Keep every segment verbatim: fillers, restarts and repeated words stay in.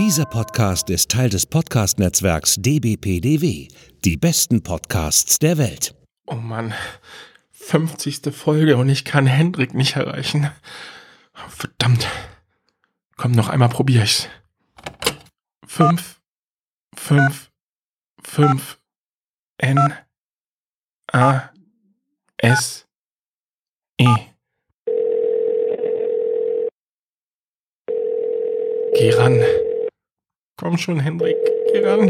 Dieser Podcast ist Teil des Podcast-Netzwerks D B P D W. Die besten Podcasts der Welt. Oh Mann, fünfzigste Folge und ich kann Hendrik nicht erreichen. Verdammt. Komm, noch einmal probier ich's. Fünf, fünf, fünf, N, A, S, E. Geh ran. Komm schon, Hendrik, geh ran.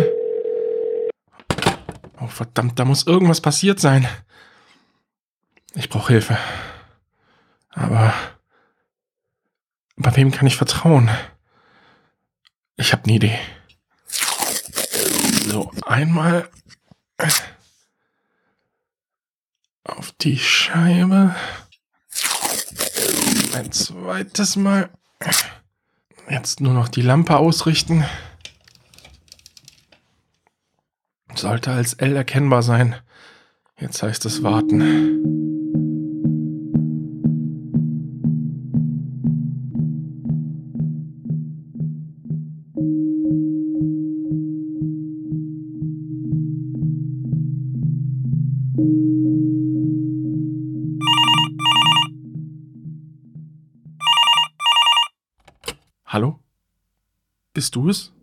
Oh, verdammt, da muss irgendwas passiert sein. Ich brauche Hilfe. Aber... Bei wem kann ich vertrauen? Ich habe eine Idee. So, einmal... auf die Scheibe. Ein zweites Mal... Jetzt nur noch die Lampe ausrichten. Sollte als L erkennbar sein. Jetzt heißt es warten. Hallo? Bist du es?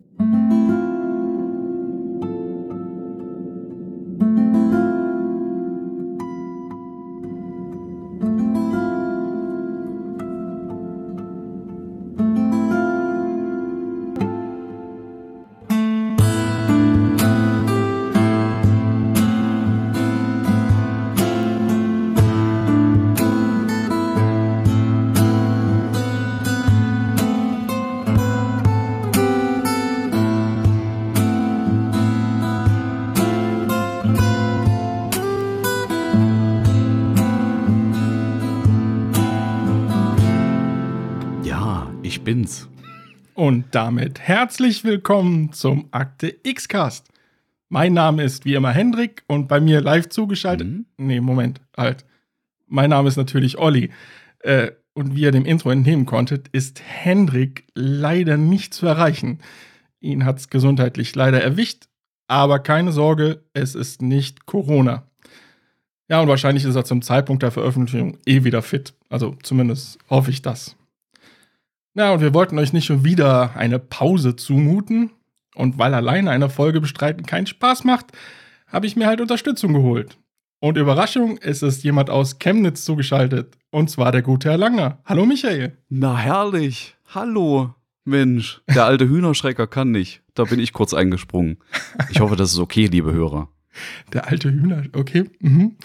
Bin's. Und damit herzlich willkommen zum Akte X-Cast. Mein Name ist wie immer Hendrik und bei mir live zugeschaltet. Mhm. Nee, Moment, halt. Mein Name ist natürlich Olli. Äh, und wie ihr dem Intro entnehmen konntet, ist Hendrik leider nicht zu erreichen. Ihn hat's gesundheitlich leider erwischt, aber keine Sorge, es ist nicht Corona. Ja, und wahrscheinlich ist er zum Zeitpunkt der Veröffentlichung eh wieder fit. Also zumindest hoffe ich das. Na, und wir wollten euch nicht schon wieder eine Pause zumuten. Und weil alleine eine Folge bestreiten keinen Spaß macht, habe ich mir halt Unterstützung geholt. Und Überraschung, es ist jemand aus Chemnitz zugeschaltet. Und zwar der gute Herr Langer. Hallo Michael. Na herrlich. Hallo. Mensch, der alte Hühnerschrecker kann nicht. Da bin ich kurz eingesprungen. Ich hoffe, das ist okay, liebe Hörer. Der alte Hühner, okay. Mhm.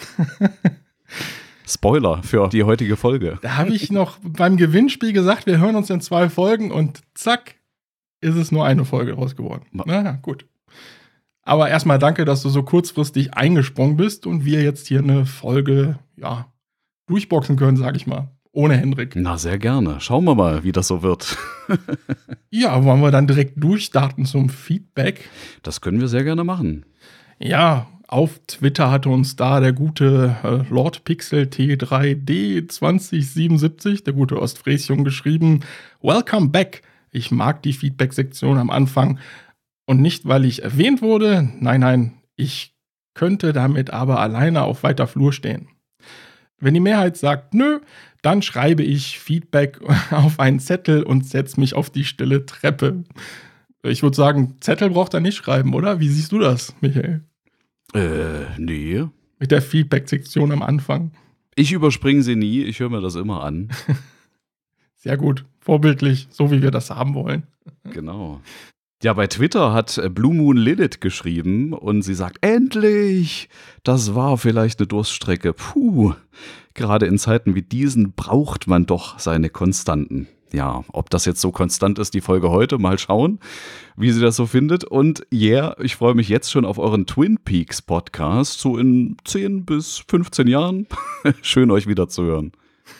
Spoiler für die heutige Folge. Da habe ich noch beim Gewinnspiel gesagt, wir hören uns in zwei Folgen und zack, ist es nur eine Folge raus geworden. Na ja, gut. Aber erstmal danke, dass du so kurzfristig eingesprungen bist und wir jetzt hier eine Folge, ja, durchboxen können, sag ich mal. Ohne Hendrik. Na, sehr gerne. Schauen wir mal, wie das so wird. Ja, wollen wir dann direkt durchstarten zum Feedback? Das können wir sehr gerne machen. Ja, auf Twitter hatte uns da der gute äh, Lord Pixel T drei D zwanzig siebenundsiebzig, der gute Ostfriesjung, geschrieben: Welcome back. Ich mag die Feedback-Sektion am Anfang. Und nicht, weil ich erwähnt wurde. Nein, nein, ich könnte damit aber alleine auf weiter Flur stehen. Wenn die Mehrheit sagt nö, dann schreibe ich Feedback auf einen Zettel und setze mich auf die stille Treppe. Ich würde sagen, Zettel braucht er nicht schreiben, oder? Wie siehst du das, Michael? Äh, nee. Mit der Feedback-Sektion am Anfang. Ich überspringe sie nie, ich höre mir das immer an. Sehr gut, vorbildlich, so wie wir das haben wollen. Genau. Ja, bei Twitter hat Blue Moon Lilith geschrieben und sie sagt, endlich! Das war vielleicht eine Durststrecke. Puh, gerade in Zeiten wie diesen braucht man doch seine Konstanten. Ja, ob das jetzt so konstant ist, die Folge heute, mal schauen, wie sie das so findet. Und ja, yeah, ich freue mich jetzt schon auf euren Twin Peaks Podcast, so in zehn bis fünfzehn Jahren. Schön, euch wieder zu hören.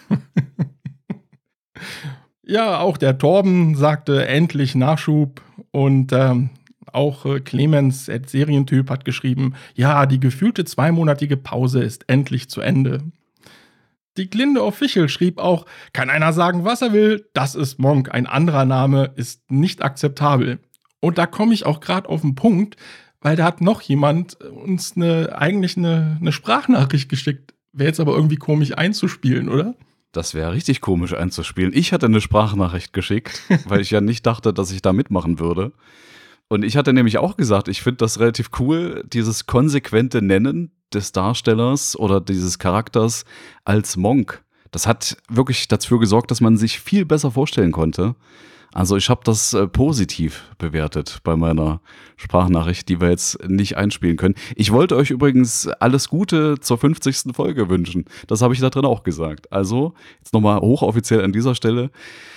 Ja, auch der Torben sagte endlich Nachschub und ähm, auch äh, Clemens, at Serientyp, hat geschrieben, ja, die gefühlte zweimonatige Pause ist endlich zu Ende. Die Glinde Official schrieb auch, kann einer sagen, was er will, das ist Monk, ein anderer Name ist nicht akzeptabel. Und da komme ich auch gerade auf den Punkt, weil da hat noch jemand uns eine, eigentlich eine, eine Sprachnachricht geschickt. Wäre jetzt aber irgendwie komisch einzuspielen, oder? Das wäre richtig komisch einzuspielen. Ich hatte eine Sprachnachricht geschickt, weil ich ja nicht dachte, dass ich da mitmachen würde. Und ich hatte nämlich auch gesagt, ich finde das relativ cool, dieses konsequente Nennen des Darstellers oder dieses Charakters als Monk. Das hat wirklich dafür gesorgt, dass man sich viel besser vorstellen konnte. Also ich habe das äh, positiv bewertet bei meiner Sprachnachricht, die wir jetzt nicht einspielen können. Ich wollte euch übrigens alles Gute zur fünfzigsten Folge wünschen. Das habe ich da drin auch gesagt. Also jetzt nochmal hochoffiziell an dieser Stelle.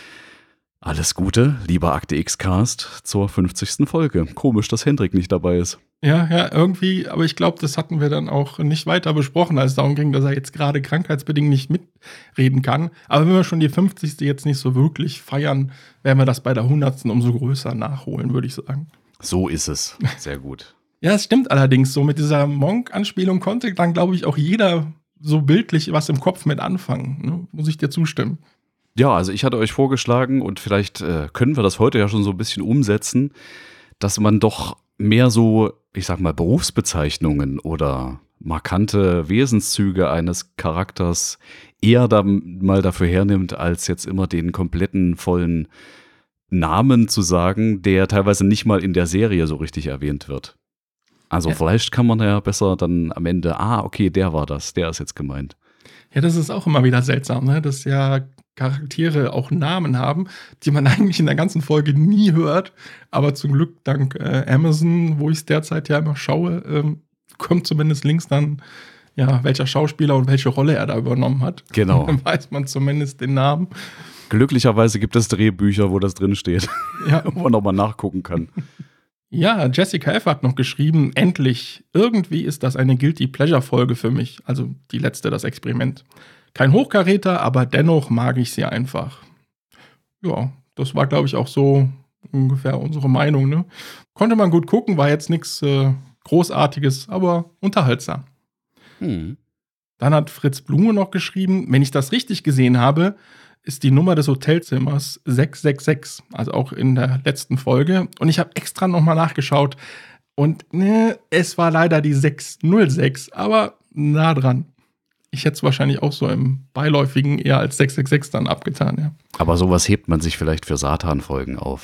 Alles Gute, lieber Akte X-Cast, zur fünfzigsten Folge. Komisch, dass Hendrik nicht dabei ist. Ja, ja, irgendwie, aber ich glaube, das hatten wir dann auch nicht weiter besprochen, als es darum ging, dass er jetzt gerade krankheitsbedingt nicht mitreden kann. Aber wenn wir schon die fünfzigste jetzt nicht so wirklich feiern, werden wir das bei der hundertsten umso größer nachholen, würde ich sagen. So ist es. Sehr gut. Ja, es stimmt allerdings so. Mit dieser Monk-Anspielung konnte dann, glaube ich, auch jeder so bildlich was im Kopf mit anfangen. Ne? Muss ich dir zustimmen. Ja, also ich hatte euch vorgeschlagen und vielleicht äh, können wir das heute ja schon so ein bisschen umsetzen, dass man doch mehr so, ich sag mal, Berufsbezeichnungen oder markante Wesenszüge eines Charakters eher da mal dafür hernimmt, als jetzt immer den kompletten vollen Namen zu sagen, der teilweise nicht mal in der Serie so richtig erwähnt wird. Also ja. Vielleicht kann man ja besser dann am Ende, ah, okay, der war das, der ist jetzt gemeint. Ja, das ist auch immer wieder seltsam, ne? Dass ja Charaktere auch Namen haben, die man eigentlich in der ganzen Folge nie hört. Aber zum Glück dank äh, Amazon, wo ich es derzeit ja immer schaue, ähm, kommt zumindest links dann, ja, welcher Schauspieler und welche Rolle er da übernommen hat. Genau. Dann weiß man zumindest den Namen. Glücklicherweise gibt es Drehbücher, wo das drin steht, ja. Wo man nochmal nachgucken kann. Ja, Jessica F. hat noch geschrieben, endlich, irgendwie ist das eine Guilty-Pleasure-Folge für mich. Also die letzte, das Experiment. Kein Hochkaräter, aber dennoch mag ich sie einfach. Ja, das war, glaube ich, auch so ungefähr unsere Meinung. Ne? Konnte man gut gucken, war jetzt nichts äh, Großartiges, aber unterhaltsam. Hm. Dann hat Fritz Blume noch geschrieben, wenn ich das richtig gesehen habe, ist die Nummer des Hotelzimmers sechs sechs sechs, also auch in der letzten Folge. Und ich habe extra nochmal nachgeschaut und ne, es war leider die sechs null sechs, aber nah dran. Ich hätte es wahrscheinlich auch so im Beiläufigen eher als sechs sechs sechs dann abgetan, ja. Aber sowas hebt man sich vielleicht für Satan-Folgen auf.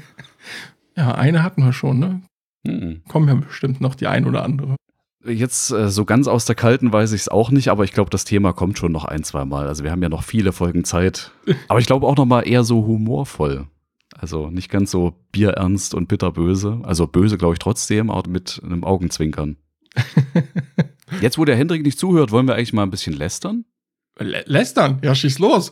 Ja, eine hatten wir schon, ne? Hm. Kommen ja bestimmt noch die ein oder andere. Jetzt äh, so ganz aus der Kalten weiß ich es auch nicht, aber ich glaube, das Thema kommt schon noch ein, zwei Mal. Also wir haben ja noch viele Folgen Zeit. Aber ich glaube auch noch mal eher so humorvoll. Also nicht ganz so bierernst und bitterböse. Also böse, glaube ich, trotzdem, aber mit einem Augenzwinkern. Jetzt, wo der Hendrik nicht zuhört, wollen wir eigentlich mal ein bisschen lästern? Lä- lästern? Ja, schieß los.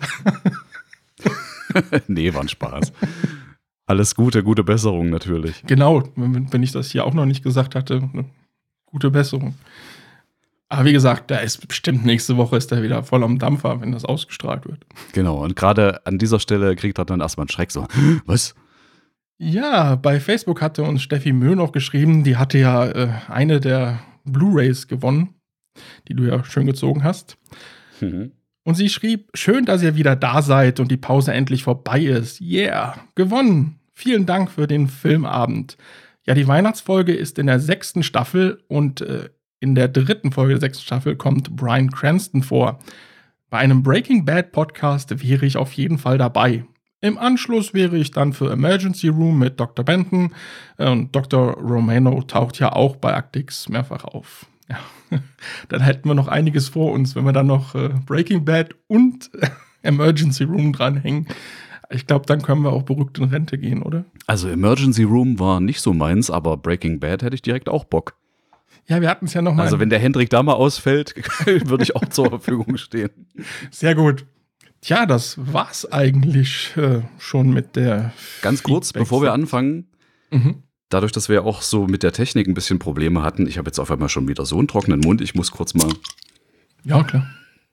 Nee, war ein Spaß. Alles Gute, gute Besserung natürlich. Genau, wenn, wenn ich das hier auch noch nicht gesagt hatte, ne, gute Besserung. Aber wie gesagt, da ist bestimmt nächste Woche ist er wieder voll am Dampfer, wenn das ausgestrahlt wird. Genau, und gerade an dieser Stelle kriegt er dann erstmal einen Schreck so, was? Ja, bei Facebook hatte uns Steffi Möh noch geschrieben, die hatte ja äh, eine der Blu-Rays gewonnen, die du ja schön gezogen hast. Mhm. Und sie schrieb, schön, dass ihr wieder da seid und die Pause endlich vorbei ist. Yeah, gewonnen. Vielen Dank für den Filmabend. Ja, die Weihnachtsfolge ist in der sechsten Staffel und äh, in der dritten Folge der sechsten Staffel kommt Bryan Cranston vor. Bei einem Breaking Bad Podcast wäre ich auf jeden Fall dabei. Im Anschluss wäre ich dann für Emergency Room mit Doktor Benton und Doktor Romano taucht ja auch bei Akte X mehrfach auf. Ja, dann hätten wir noch einiges vor uns, wenn wir dann noch äh, Breaking Bad und äh, Emergency Room dranhängen. Ich glaube, dann können wir auch beruhigt in Rente gehen, oder? Also Emergency Room war nicht so meins, aber Breaking Bad hätte ich direkt auch Bock. Ja, wir hatten es ja noch mal. Also wenn der Hendrik da mal ausfällt, würde ich auch zur Verfügung stehen. Sehr gut. Tja, das war's eigentlich äh, schon mit der Ganz kurz, bevor wir anfangen, mhm. Dadurch, dass wir auch so mit der Technik ein bisschen Probleme hatten, ich habe jetzt auf einmal schon wieder so einen trockenen Mund, ich muss kurz mal... Ja, klar.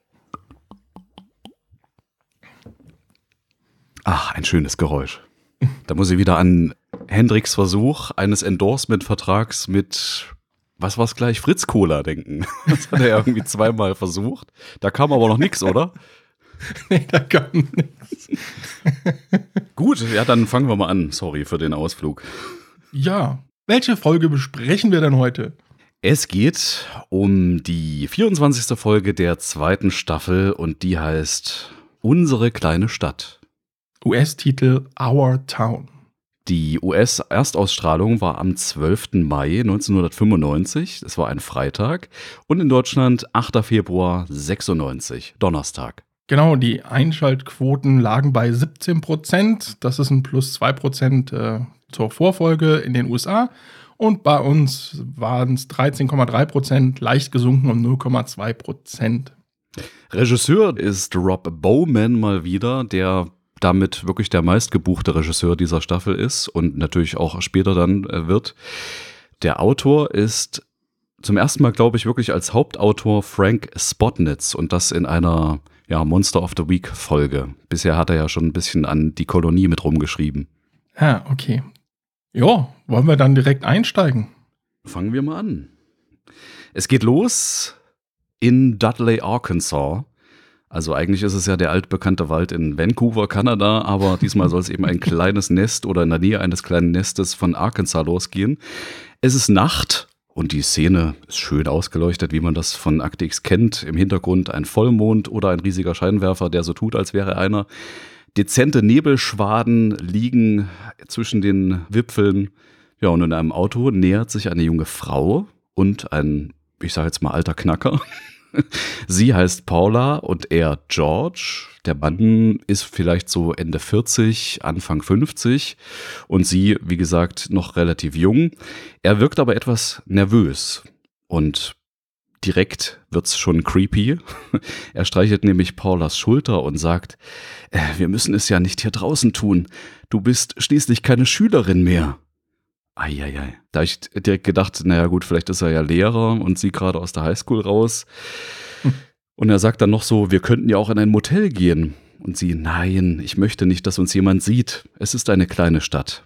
Ach, ein schönes Geräusch. Da muss ich wieder an Hendriks Versuch eines Endorsement-Vertrags mit, was war's gleich, Fritz Cola denken. Das hat er irgendwie zweimal versucht. Da kam aber noch nichts, oder? Nee, da kam nichts. Gut, ja, dann fangen wir mal an. Sorry für den Ausflug. Ja, welche Folge besprechen wir denn heute? Es geht um die vierundzwanzigste Folge der zweiten Staffel und die heißt Unsere kleine Stadt. U S-Titel Our Town. Die U S-Erstausstrahlung war am zwölften Mai neunzehnhundertfünfundneunzig, das war ein Freitag, und in Deutschland achter Februar sechsundneunzig, Donnerstag. Genau, die Einschaltquoten lagen bei siebzehn Prozent. Das ist ein plus zwei Prozent äh, zur Vorfolge in den U S A. Und bei uns waren es dreizehn Komma drei Prozent, leicht gesunken um null Komma zwei Prozent. Regisseur ist Rob Bowman mal wieder, der damit wirklich der meistgebuchte Regisseur dieser Staffel ist und natürlich auch später dann äh, wird. Der Autor ist zum ersten Mal, glaube ich, wirklich als Hauptautor Frank Spotnitz und das in einer ja, Monster of the Week Folge. Bisher hat er ja schon ein bisschen an die Kolonie mit rumgeschrieben. Ja, okay. Ja, wollen wir dann direkt einsteigen? Fangen wir mal an. Es geht los in Dudley, Arkansas. Also eigentlich ist es ja der altbekannte Wald in Vancouver, Kanada, aber diesmal soll es eben ein kleines Nest oder in der Nähe eines kleinen Nestes von Arkansas losgehen. Es ist Nacht und die Szene ist schön ausgeleuchtet, wie man das von Akte X kennt. Im Hintergrund ein Vollmond oder ein riesiger Scheinwerfer, der so tut, als wäre einer. Dezente Nebelschwaden liegen zwischen den Wipfeln. Ja, und in einem Auto nähert sich eine junge Frau und ein, ich sage jetzt mal, alter Knacker. Sie heißt Paula und er George. Der Mann ist vielleicht so Ende vierzig, Anfang fünfzig und sie, wie gesagt, noch relativ jung. Er wirkt aber etwas nervös und direkt wird's schon creepy. Er streichelt nämlich Paulas Schulter und sagt, äh, wir müssen es ja nicht hier draußen tun. Du bist schließlich keine Schülerin mehr. Eieiei. Da habe ich direkt gedacht, naja gut, vielleicht ist er ja Lehrer und sie gerade aus der Highschool raus. Hm. Und er sagt dann noch so, wir könnten ja auch in ein Motel gehen. Und sie, nein, ich möchte nicht, dass uns jemand sieht. Es ist eine kleine Stadt.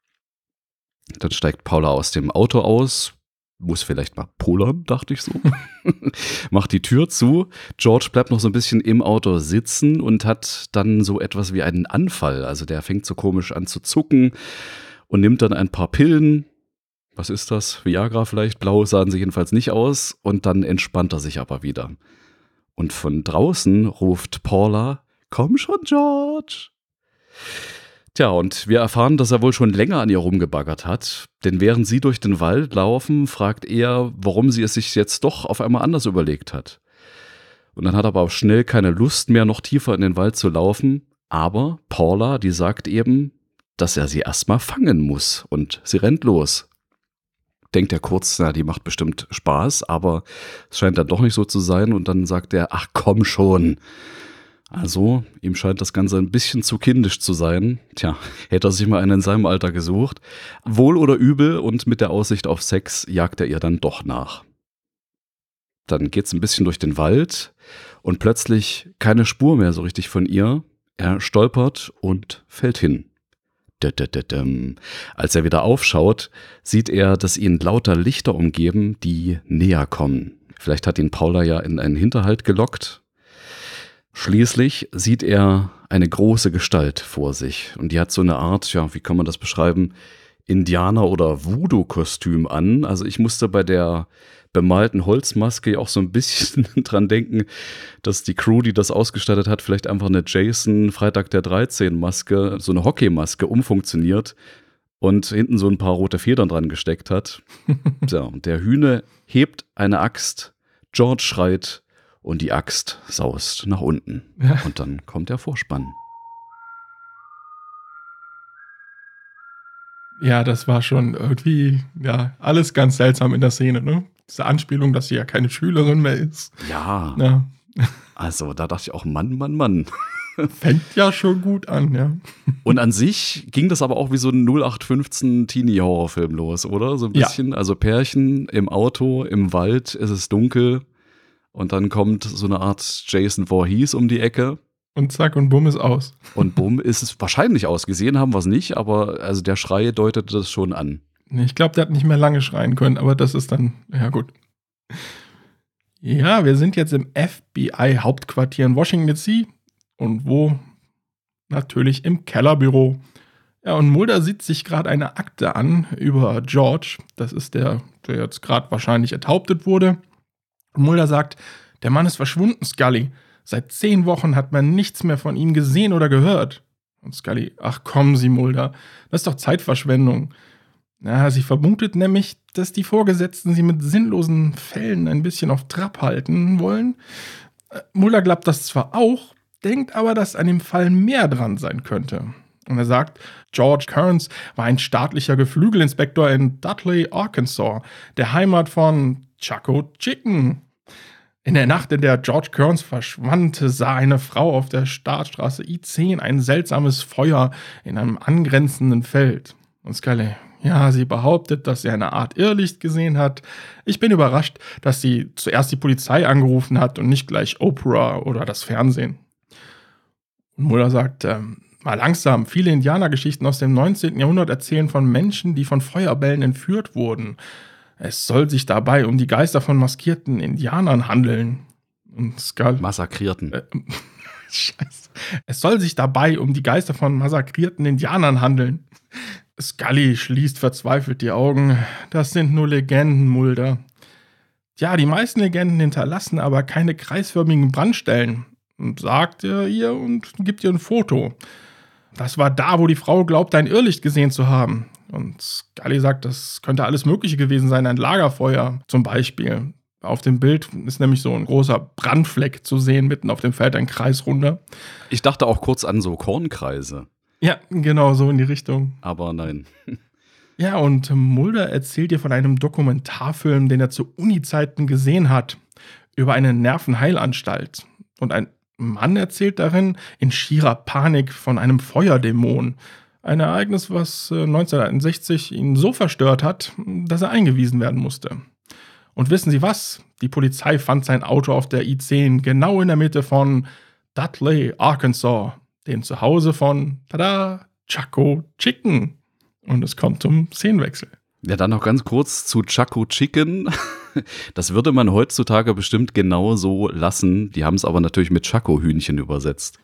Dann steigt Paula aus dem Auto aus, muss vielleicht mal polern, dachte ich so. Macht die Tür zu. George bleibt noch so ein bisschen im Auto sitzen und hat dann so etwas wie einen Anfall. Also der fängt so komisch an zu zucken. Und nimmt dann ein paar Pillen. Was ist das? Viagra vielleicht? Blau sahen sie jedenfalls nicht aus. Und dann entspannt er sich aber wieder. Und von draußen ruft Paula, komm schon, George. Tja, und wir erfahren, dass er wohl schon länger an ihr rumgebaggert hat. Denn während sie durch den Wald laufen, fragt er, warum sie es sich jetzt doch auf einmal anders überlegt hat. Und dann hat er aber auch schnell keine Lust mehr, noch tiefer in den Wald zu laufen. Aber Paula, die sagt eben, dass er sie erstmal fangen muss und sie rennt los. Denkt er kurz, na, die macht bestimmt Spaß, aber es scheint dann doch nicht so zu sein und dann sagt er, ach komm schon. Also, ihm scheint das Ganze ein bisschen zu kindisch zu sein. Tja, hätte er sich mal einen in seinem Alter gesucht. Wohl oder übel und mit der Aussicht auf Sex jagt er ihr dann doch nach. Dann geht's ein bisschen durch den Wald und plötzlich keine Spur mehr so richtig von ihr. Er stolpert und fällt hin. Als er wieder aufschaut, sieht er, dass ihn lauter Lichter umgeben, die näher kommen. Vielleicht hat ihn Paula ja in einen Hinterhalt gelockt. Schließlich sieht er eine große Gestalt vor sich und die hat so eine Art, ja, wie kann man das beschreiben, Indianer- oder Voodoo-Kostüm an. Also ich musste bei der bemalten Holzmaske ja auch so ein bisschen dran denken, dass die Crew, die das ausgestattet hat, vielleicht einfach eine Jason Freitag der dreizehnte Maske, so eine Hockeymaske umfunktioniert und hinten so ein paar rote Federn dran gesteckt hat. So, und der Hühne hebt eine Axt, George schreit und die Axt saust nach unten. Ja. Und dann kommt der Vorspann. Ja, das war schon irgendwie, ja, alles ganz seltsam in der Szene, ne? Diese Anspielung, dass sie ja keine Schülerin mehr ist. Ja. ja. Also, da dachte ich auch, Mann, Mann, Mann. Fängt ja schon gut an, ja. Und an sich ging das aber auch wie so ein null acht fünfzehn Teenie-Horrorfilm los, oder? So ein bisschen, ja. Also Pärchen im Auto, im Wald, es ist dunkel und dann kommt so eine Art Jason Voorhees um die Ecke. Und zack, und bumm ist aus. Und bumm ist es wahrscheinlich aus. Gesehen haben wir es nicht, aber also der Schrei deutet das schon an. Ich glaube, der hat nicht mehr lange schreien können, aber das ist dann, ja gut. Ja, wir sind jetzt im F B I-Hauptquartier in Washington D C und wo? Natürlich im Kellerbüro. Ja, und Mulder sieht sich gerade eine Akte an über George. Das ist der, der jetzt gerade wahrscheinlich enthauptet wurde. Und Mulder sagt, der Mann ist verschwunden, Scully. Seit zehn Wochen hat man nichts mehr von ihm gesehen oder gehört. Und Scully, ach kommen Sie, Mulder, das ist doch Zeitverschwendung. Ja, sie vermutet nämlich, dass die Vorgesetzten sie mit sinnlosen Fällen ein bisschen auf Trab halten wollen. Mulder glaubt das zwar auch, denkt aber, dass an dem Fall mehr dran sein könnte. Und er sagt, George Kearns war ein staatlicher Geflügelinspektor in Dudley, Arkansas, der Heimat von Chaco Chicken. In der Nacht, in der George Kearns verschwand, sah eine Frau auf der Startstraße I zehn ein seltsames Feuer in einem angrenzenden Feld. Und Scully, ja, sie behauptet, dass sie eine Art Irrlicht gesehen hat. Ich bin überrascht, dass sie zuerst die Polizei angerufen hat und nicht gleich Oprah oder das Fernsehen. Und Mulder sagt, ähm, mal langsam, viele Indianergeschichten aus dem neunzehnten Jahrhundert erzählen von Menschen, die von Feuerbällen entführt wurden. Es soll sich dabei um die Geister von maskierten Indianern handeln. Und Scully, Massakrierten. Äh, Scheiße. Es soll sich dabei um die Geister von massakrierten Indianern handeln. Scully schließt verzweifelt die Augen. Das sind nur Legenden, Mulder. Ja, die meisten Legenden hinterlassen aber keine kreisförmigen Brandstellen. Sagt er ihr und gibt ihr ein Foto. Das war da, wo die Frau glaubt, ein Irrlicht gesehen zu haben. Und Scully sagt, das könnte alles Mögliche gewesen sein, ein Lagerfeuer zum Beispiel. Auf dem Bild ist nämlich so ein großer Brandfleck zu sehen, mitten auf dem Feld, ein Kreisrunder. Ich dachte auch kurz an so Kornkreise. Ja, genau, so in die Richtung. Aber nein. Ja, und Mulder erzählt ihr von einem Dokumentarfilm, den er zu Uni-Zeiten gesehen hat, über eine Nervenheilanstalt. Und ein Mann erzählt darin in schierer Panik von einem Feuerdämon. Ein Ereignis, was neunzehnhunderteinundsechzig ihn so verstört hat, dass er eingewiesen werden musste. Und wissen Sie was? Die Polizei fand sein Auto auf der I zehn genau in der Mitte von Dudley, Arkansas, dem Zuhause von, tada, Chaco Chicken. Und es kommt zum Szenenwechsel. Ja, dann noch ganz kurz zu Chaco Chicken. Das würde man heutzutage bestimmt genau so lassen. Die haben es aber natürlich mit Chaco-Hühnchen übersetzt.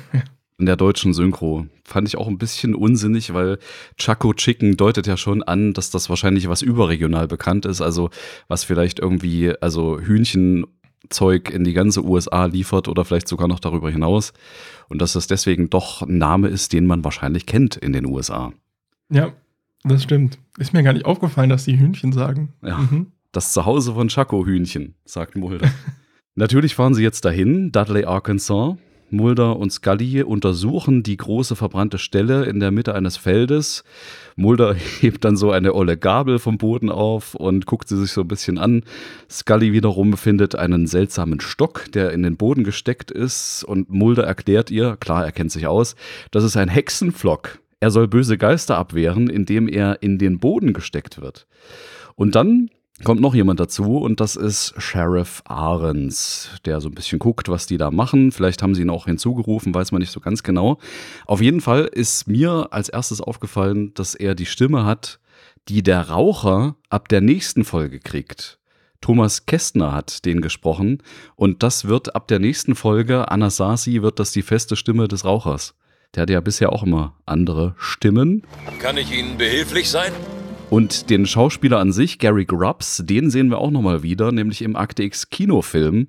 In der deutschen Synchro. Fand ich auch ein bisschen unsinnig, weil Chaco Chicken deutet ja schon an, dass das wahrscheinlich was überregional bekannt ist. Also was vielleicht irgendwie, also Hühnchenzeug in die ganze U S A liefert oder vielleicht sogar noch darüber hinaus. Und dass das deswegen doch ein Name ist, den man wahrscheinlich kennt in den U S A. Ja, das stimmt. Ist mir gar nicht aufgefallen, dass die Hühnchen sagen. Ja, mhm. Das Zuhause von Chaco-Hühnchen, sagt Mulder. Natürlich fahren sie jetzt dahin, Dudley, Arkansas. Mulder und Scully untersuchen die große verbrannte Stelle in der Mitte eines Feldes. Mulder hebt dann so eine olle Gabel vom Boden auf und guckt sie sich so ein bisschen an. Scully wiederum findet einen seltsamen Stock, der in den Boden gesteckt ist. Und Mulder erklärt ihr, klar, er kennt sich aus, das ist ein Hexenpflock. Er soll böse Geister abwehren, indem er in den Boden gesteckt wird. Und dann kommt noch jemand dazu und das ist Sheriff Ahrens, der so ein bisschen guckt, was die da machen. Vielleicht haben sie ihn auch hinzugerufen, weiß man nicht so ganz genau. Auf jeden Fall ist mir als erstes aufgefallen, dass er die Stimme hat, die der Raucher ab der nächsten Folge kriegt. Thomas Kästner hat den gesprochen und das wird ab der nächsten Folge, Anasazi, wird das die feste Stimme des Rauchers. Der hatte ja bisher auch immer andere Stimmen. Kann ich Ihnen behilflich sein? Und den Schauspieler an sich, Gary Grubbs, den sehen wir auch nochmal wieder, nämlich im Akte X Kinofilm.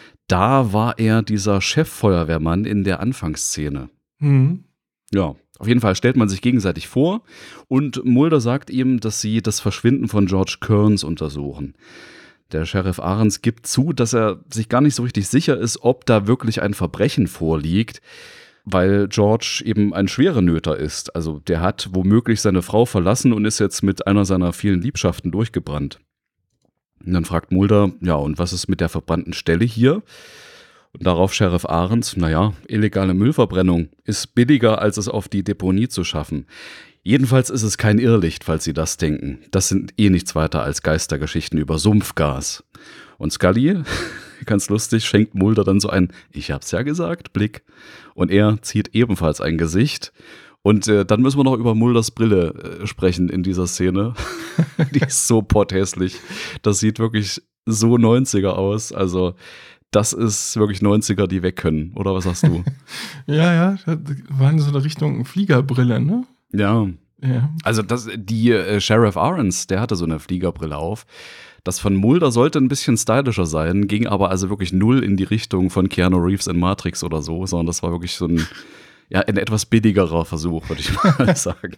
Da war er dieser Cheffeuerwehrmann in der Anfangsszene. Mhm. Ja, auf jeden Fall stellt man sich gegenseitig vor und Mulder sagt ihm, dass sie das Verschwinden von George Kearns untersuchen. Der Sheriff Ahrens gibt zu, dass er sich gar nicht so richtig sicher ist, ob da wirklich ein Verbrechen vorliegt, weil George eben ein Schwerenöter ist. Also der hat womöglich seine Frau verlassen und ist jetzt mit einer seiner vielen Liebschaften durchgebrannt. Und dann fragt Mulder, ja, und was ist mit der verbrannten Stelle hier? Und darauf Sheriff Ahrens, naja, illegale Müllverbrennung ist billiger, als es auf die Deponie zu schaffen. Jedenfalls ist es kein Irrlicht, falls Sie das denken. Das sind eh nichts weiter als Geistergeschichten über Sumpfgas. Und Scully, ganz lustig, schenkt Mulder dann so ein "Ich hab's ja gesagt" Blick. Und er zieht ebenfalls ein Gesicht. Und äh, dann müssen wir noch über Mulders Brille äh, sprechen in dieser Szene. Die ist so potthässlich. Das sieht wirklich so neunziger aus. Also das ist wirklich neunziger, die weg können. Oder was sagst du? Ja, ja, das war in so eine Richtung Fliegerbrille, ne? Ja. Ja. Also das, die äh, Sheriff Arons, der hatte so eine Fliegerbrille auf. Das von Mulder sollte ein bisschen stylischer sein, ging aber also wirklich null in die Richtung von Keanu Reeves in Matrix oder so, sondern das war wirklich so ein, ja, ein etwas billigerer Versuch, würde ich mal sagen.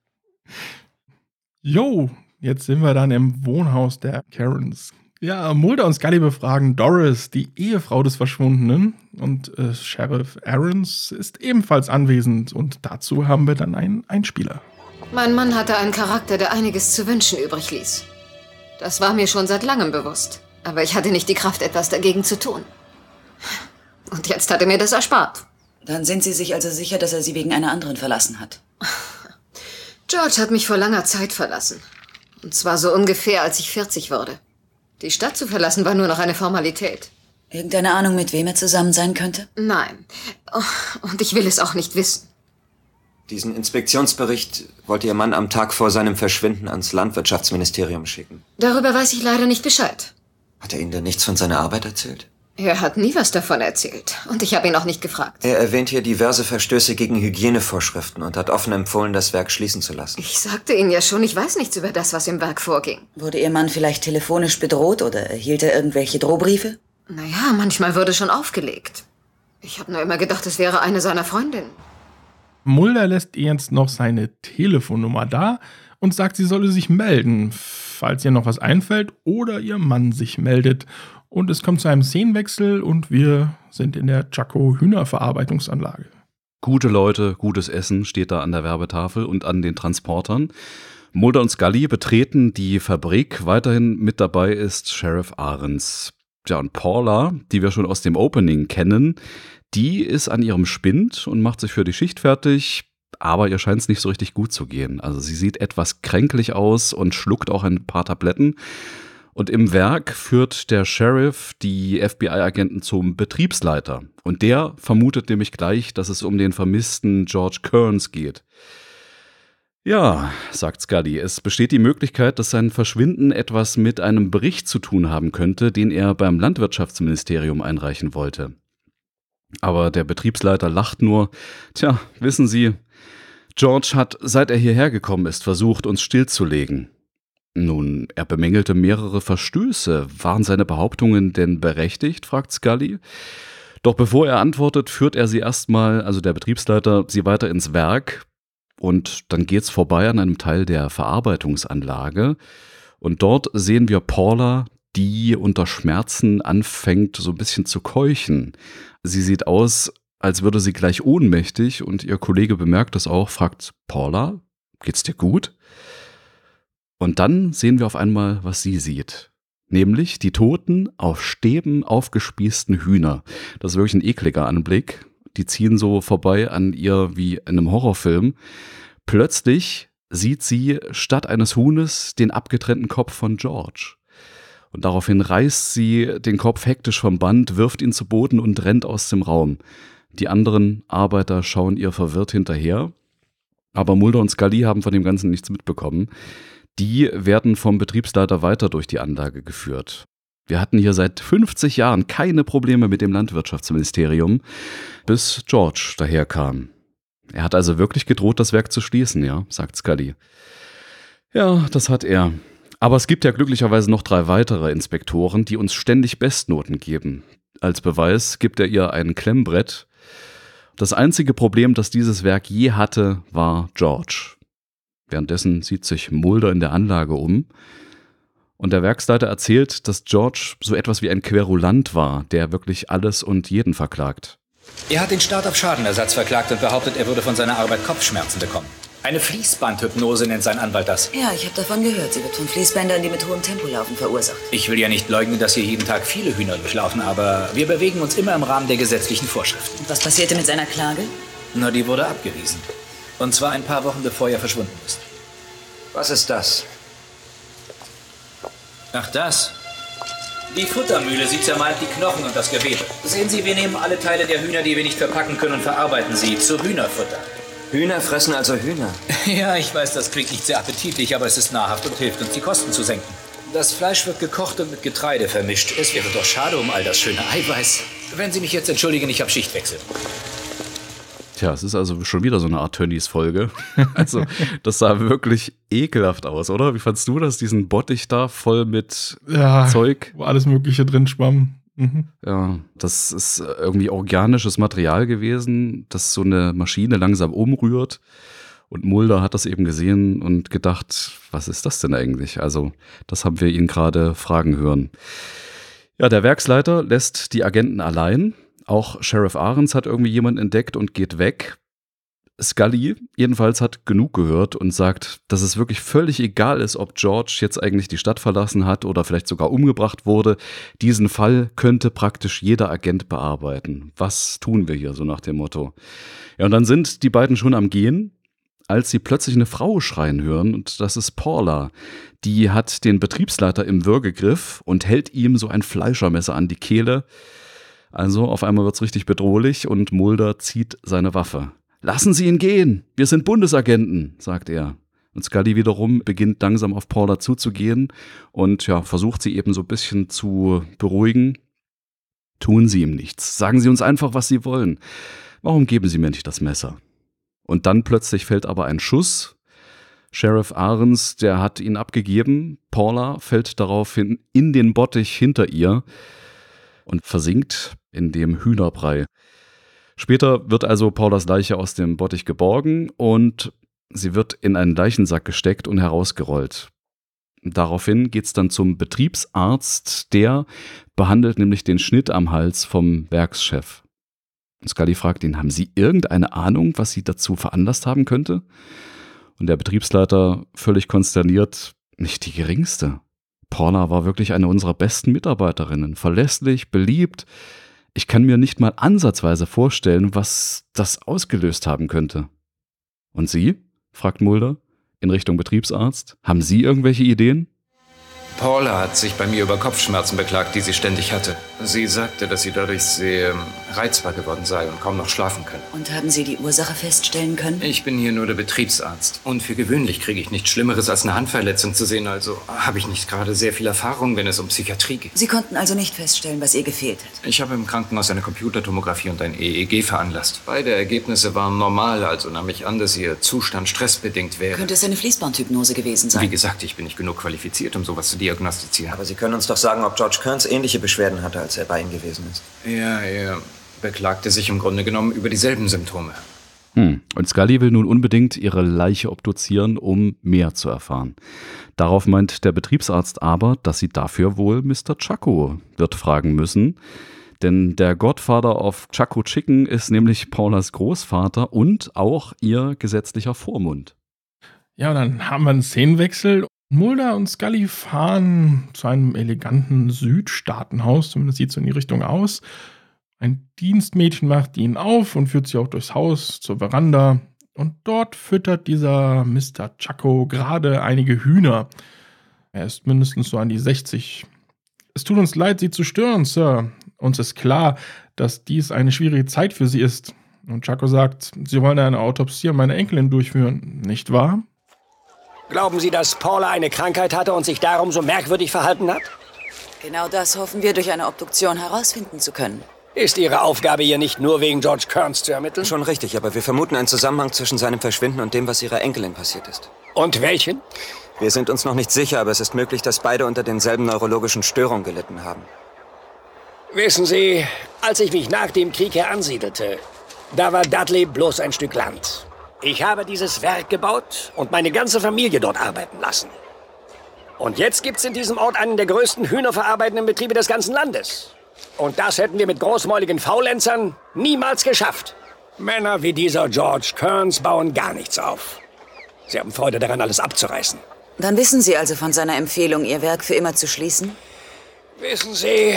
Jo, jetzt sind wir dann im Wohnhaus der Karens. Ja, Mulder und Scully befragen Doris, die Ehefrau des Verschwundenen, und äh, Sheriff Arons ist ebenfalls anwesend, und dazu haben wir dann einen Einspieler. Mein Mann hatte einen Charakter, der einiges zu wünschen übrig ließ. Das war mir schon seit langem bewusst. Aber ich hatte nicht die Kraft, etwas dagegen zu tun. Und jetzt hat er mir das erspart. Dann sind Sie sich also sicher, dass er Sie wegen einer anderen verlassen hat? George hat mich vor langer Zeit verlassen. Und zwar so ungefähr, als ich vierzig wurde. Die Stadt zu verlassen war nur noch eine Formalität. Irgendeine Ahnung, mit wem er zusammen sein könnte? Nein. Oh, und ich will es auch nicht wissen. Diesen Inspektionsbericht wollte Ihr Mann am Tag vor seinem Verschwinden ans Landwirtschaftsministerium schicken. Darüber weiß ich leider nicht Bescheid. Hat er Ihnen denn nichts von seiner Arbeit erzählt? Er hat nie was davon erzählt. Und ich habe ihn auch nicht gefragt. Er erwähnt hier diverse Verstöße gegen Hygienevorschriften und hat offen empfohlen, das Werk schließen zu lassen. Ich sagte Ihnen ja schon, ich weiß nichts über das, was im Werk vorging. Wurde Ihr Mann vielleicht telefonisch bedroht oder erhielt er irgendwelche Drohbriefe? Naja, manchmal wurde schon aufgelegt. Ich habe nur immer gedacht, es wäre eine seiner Freundinnen. Mulder lässt ihr jetzt noch seine Telefonnummer da und sagt, sie solle sich melden, falls ihr noch was einfällt oder ihr Mann sich meldet. Und es kommt zu einem Szenenwechsel und wir sind in der Chaco Hühnerverarbeitungsanlage. Gute Leute, gutes Essen steht da an der Werbetafel und an den Transportern. Mulder und Scully betreten die Fabrik. Weiterhin mit dabei ist Sheriff Arons. Ja, und Paula, die wir schon aus dem Opening kennen, die ist an ihrem Spind und macht sich für die Schicht fertig, aber ihr scheint es nicht so richtig gut zu gehen. Also sie sieht etwas kränklich aus und schluckt auch ein paar Tabletten. Und im Werk führt der Sheriff die F B I-Agenten zum Betriebsleiter. Und der vermutet nämlich gleich, dass es um den vermissten George Kearns geht. Ja, sagt Scully, es besteht die Möglichkeit, dass sein Verschwinden etwas mit einem Bericht zu tun haben könnte, den er beim Landwirtschaftsministerium einreichen wollte. Aber der Betriebsleiter lacht nur. Tja, wissen Sie, George hat, seit er hierher gekommen ist, versucht, uns stillzulegen. Nun, er bemängelte mehrere Verstöße. Waren seine Behauptungen denn berechtigt, fragt Scully. Doch bevor er antwortet, führt er sie erstmal, also der Betriebsleiter, sie weiter ins Werk. Und dann geht's vorbei an einem Teil der Verarbeitungsanlage. Und dort sehen wir Paula, die unter Schmerzen anfängt, so ein bisschen zu keuchen. Sie sieht aus, als würde sie gleich ohnmächtig, und ihr Kollege bemerkt das auch, fragt: Paula, geht's dir gut? Und dann sehen wir auf einmal, was sie sieht. Nämlich die toten, auf Stäben aufgespießten Hühner. Das ist wirklich ein ekliger Anblick. Die ziehen so vorbei an ihr wie in einem Horrorfilm. Plötzlich sieht sie statt eines Huhnes den abgetrennten Kopf von George. Und daraufhin reißt sie den Kopf hektisch vom Band, wirft ihn zu Boden und rennt aus dem Raum. Die anderen Arbeiter schauen ihr verwirrt hinterher. Aber Mulder und Scully haben von dem Ganzen nichts mitbekommen. Die werden vom Betriebsleiter weiter durch die Anlage geführt. Wir hatten hier seit fünfzig Jahren keine Probleme mit dem Landwirtschaftsministerium, bis George daherkam. Er hat also wirklich gedroht, das Werk zu schließen, ja, sagt Scully. Ja, das hat er. Aber es gibt ja glücklicherweise noch drei weitere Inspektoren, die uns ständig Bestnoten geben. Als Beweis gibt er ihr ein Klemmbrett. Das einzige Problem, das dieses Werk je hatte, war George. Währenddessen sieht sich Mulder in der Anlage um. Und der Werksleiter erzählt, dass George so etwas wie ein Querulant war, der wirklich alles und jeden verklagt. Er hat den Staat auf Schadenersatz verklagt und behauptet, er würde von seiner Arbeit Kopfschmerzen bekommen. Eine Fließbandhypnose nennt sein Anwalt das. Ja, ich habe davon gehört. Sie wird von Fließbändern, die mit hohem Tempo laufen, verursacht. Ich will ja nicht leugnen, dass hier jeden Tag viele Hühner durchlaufen, aber wir bewegen uns immer im Rahmen der gesetzlichen Vorschriften. Und was passierte mit seiner Klage? Na, die wurde abgewiesen. Und zwar ein paar Wochen, bevor er verschwunden ist. Was ist das? Ach, das? Die Futtermühle, sie zermalmt die Knochen und das Gewebe. Sehen Sie, wir nehmen alle Teile der Hühner, die wir nicht verpacken können, und verarbeiten sie zu Hühnerfutter. Hühner fressen also Hühner? Ja, ich weiß, das klingt nicht sehr appetitlich, aber es ist nahrhaft und hilft uns, die Kosten zu senken. Das Fleisch wird gekocht und mit Getreide vermischt. Es wäre doch schade um all das schöne Eiweiß. Wenn Sie mich jetzt entschuldigen, ich habe Schichtwechsel. Tja, es ist also schon wieder so eine Art Tönnies-Folge. Also, das sah wirklich ekelhaft aus, oder? Wie fandst du das, diesen Bottich da voll mit ja, Zeug? Wo alles Mögliche drin schwamm. Mhm. Ja, das ist irgendwie organisches Material gewesen, das so eine Maschine langsam umrührt. Und Mulder hat das eben gesehen und gedacht, was ist das denn eigentlich? Also, das haben wir ihn gerade fragen hören. Ja, der Werksleiter lässt die Agenten allein. Auch Sheriff Ahrens hat irgendwie jemanden entdeckt und geht weg. Scully jedenfalls hat genug gehört und sagt, dass es wirklich völlig egal ist, ob George jetzt eigentlich die Stadt verlassen hat oder vielleicht sogar umgebracht wurde. Diesen Fall könnte praktisch jeder Agent bearbeiten. Was tun wir hier, so nach dem Motto? Ja, und dann sind die beiden schon am Gehen, als sie plötzlich eine Frau schreien hören, und das ist Paula. Die hat den Betriebsleiter im Würgegriff und hält ihm so ein Fleischermesser an die Kehle. Also auf einmal wird's richtig bedrohlich und Mulder zieht seine Waffe. »Lassen Sie ihn gehen! Wir sind Bundesagenten«, sagt er. Und Scully wiederum beginnt langsam auf Paula zuzugehen und ja, versucht sie eben so ein bisschen zu beruhigen. Tun Sie ihm nichts. Sagen Sie uns einfach, was Sie wollen. Warum geben Sie mir nicht das Messer? Und dann plötzlich fällt aber ein Schuss. Sheriff Ahrens, der hat ihn abgegeben. Paula fällt daraufhin in den Bottich hinter ihr und versinkt in dem Hühnerbrei. Später wird also Paulas Leiche aus dem Bottich geborgen und sie wird in einen Leichensack gesteckt und herausgerollt. Daraufhin geht's dann zum Betriebsarzt, der behandelt nämlich den Schnitt am Hals vom Werkschef. Scully fragt ihn, haben Sie irgendeine Ahnung, was Sie dazu veranlasst haben könnte? Und der Betriebsleiter, völlig konsterniert, nicht die geringste. Paula war wirklich eine unserer besten Mitarbeiterinnen, verlässlich, beliebt. Ich kann mir nicht mal ansatzweise vorstellen, was das ausgelöst haben könnte. Und Sie? Fragt Mulder in Richtung Betriebsarzt. Haben Sie irgendwelche Ideen? Paula hat sich bei mir über Kopfschmerzen beklagt, die sie ständig hatte. Sie sagte, dass sie dadurch sehr reizbar geworden sei und kaum noch schlafen könne. Und haben Sie die Ursache feststellen können? Ich bin hier nur der Betriebsarzt. Und für gewöhnlich kriege ich nichts Schlimmeres, als eine Handverletzung zu sehen. Also habe ich nicht gerade sehr viel Erfahrung, wenn es um Psychiatrie geht. Sie konnten also nicht feststellen, was ihr gefehlt hat? Ich habe im Krankenhaus eine Computertomographie und ein E E G veranlasst. Beide Ergebnisse waren normal, also nahm ich an, dass ihr Zustand stressbedingt wäre. Könnte es eine Fließbandhypnose gewesen sein? Wie gesagt, ich bin nicht genug qualifiziert, um sowas zu diagnostizieren. Aber Sie können uns doch sagen, ob George Kearns ähnliche Beschwerden hatte, als er bei Ihnen gewesen ist. Ja, er beklagte sich im Grunde genommen über dieselben Symptome. Hm. Und Scully will nun unbedingt ihre Leiche obduzieren, um mehr zu erfahren. Darauf meint der Betriebsarzt aber, dass sie dafür wohl Mister Chaco wird fragen müssen. Denn der Godfather of Chaco Chicken ist nämlich Paulas Großvater und auch ihr gesetzlicher Vormund. Ja, dann haben wir einen Szenenwechsel. Mulder und Scully fahren zu einem eleganten Südstaatenhaus, zumindest sieht es so in die Richtung aus. Ein Dienstmädchen macht ihn auf und führt sie auch durchs Haus zur Veranda. Und dort füttert dieser Mister Chaco gerade einige Hühner. Er ist mindestens so an die sechzig. Es tut uns leid, Sie zu stören, Sir. Uns ist klar, dass dies eine schwierige Zeit für Sie ist. Und Chaco sagt, Sie wollen eine Autopsie an meiner Enkelin durchführen, nicht wahr? Glauben Sie, dass Paula eine Krankheit hatte und sich darum so merkwürdig verhalten hat? Genau das hoffen wir durch eine Obduktion herausfinden zu können. Ist Ihre Aufgabe hier nicht nur wegen George Kearns zu ermitteln? Schon richtig, aber wir vermuten einen Zusammenhang zwischen seinem Verschwinden und dem, was Ihrer Enkelin passiert ist. Und welchen? Wir sind uns noch nicht sicher, aber es ist möglich, dass beide unter denselben neurologischen Störungen gelitten haben. Wissen Sie, als ich mich nach dem Krieg hier ansiedelte, da war Dudley bloß ein Stück Land. Ich habe dieses Werk gebaut und meine ganze Familie dort arbeiten lassen. Und jetzt gibt's in diesem Ort einen der größten hühnerverarbeitenden Betriebe des ganzen Landes. Und das hätten wir mit großmäuligen Faulenzern niemals geschafft. Männer wie dieser George Kearns bauen gar nichts auf. Sie haben Freude daran, alles abzureißen. Dann wissen Sie also von seiner Empfehlung, Ihr Werk für immer zu schließen? Wissen Sie,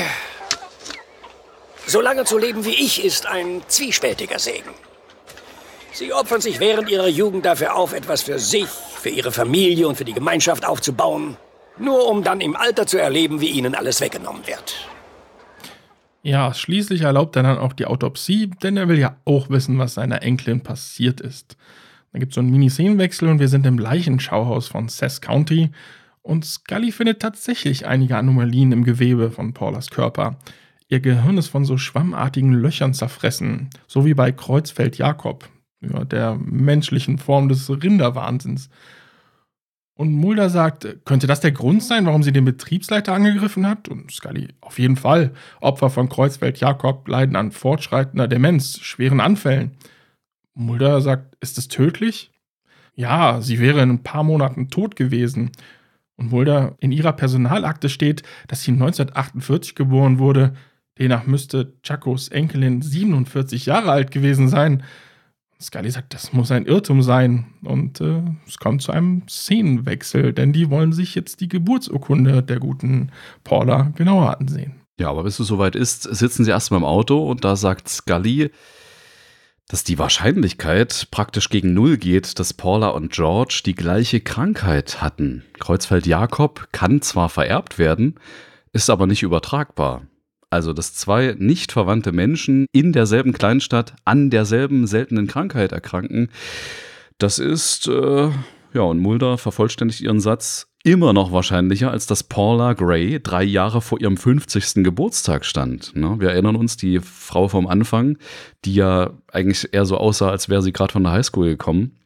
so lange zu leben wie ich ist ein zwiespältiger Segen. Sie opfern sich während ihrer Jugend dafür auf, etwas für sich, für ihre Familie und für die Gemeinschaft aufzubauen, nur um dann im Alter zu erleben, wie ihnen alles weggenommen wird. Ja, schließlich erlaubt er dann auch die Autopsie, denn er will ja auch wissen, was seiner Enkelin passiert ist. Da gibt es so einen Mini-Szenenwechsel und wir sind im Leichenschauhaus von Sess County und Scully findet tatsächlich einige Anomalien im Gewebe von Paulas Körper. ihr Gehirn ist von so schwammartigen Löchern zerfressen, so wie bei Kreuzfeld-Jakob, ja, der menschlichen Form des Rinderwahnsinns. Und Mulder sagt, könnte das der Grund sein, warum sie den Betriebsleiter angegriffen hat? Und Scully, auf jeden Fall. Opfer von Kreuzfeld-Jakob leiden an fortschreitender Demenz, schweren Anfällen. Mulder sagt, ist es tödlich? Ja, sie wäre in ein paar Monaten tot gewesen. Und Mulder, in ihrer Personalakte steht, dass sie neunzehnhundertachtundvierzig geboren wurde. Demnach müsste Chacos Enkelin siebenundvierzig Jahre alt gewesen sein. Scully sagt, das muss ein Irrtum sein. Und äh, es kommt zu einem Szenenwechsel, denn die wollen sich jetzt die Geburtsurkunde der guten Paula genauer ansehen. Ja, aber bis es soweit ist, sitzen sie erstmal im Auto und da sagt Scully, dass die Wahrscheinlichkeit praktisch gegen Null geht, dass Paula und George die gleiche Krankheit hatten. Kreuzfeld-Jakob kann zwar vererbt werden, ist aber nicht übertragbar. Also, dass zwei nicht verwandte Menschen in derselben Kleinstadt an derselben seltenen Krankheit erkranken, das ist, äh, ja, und Mulder vervollständigt ihren Satz, immer noch wahrscheinlicher, als dass Paula Gray drei Jahre vor ihrem fünfzigsten Geburtstag stand. Ne? Wir erinnern uns, die Frau vom Anfang, die ja eigentlich eher so aussah, als wäre sie gerade von der Highschool gekommen.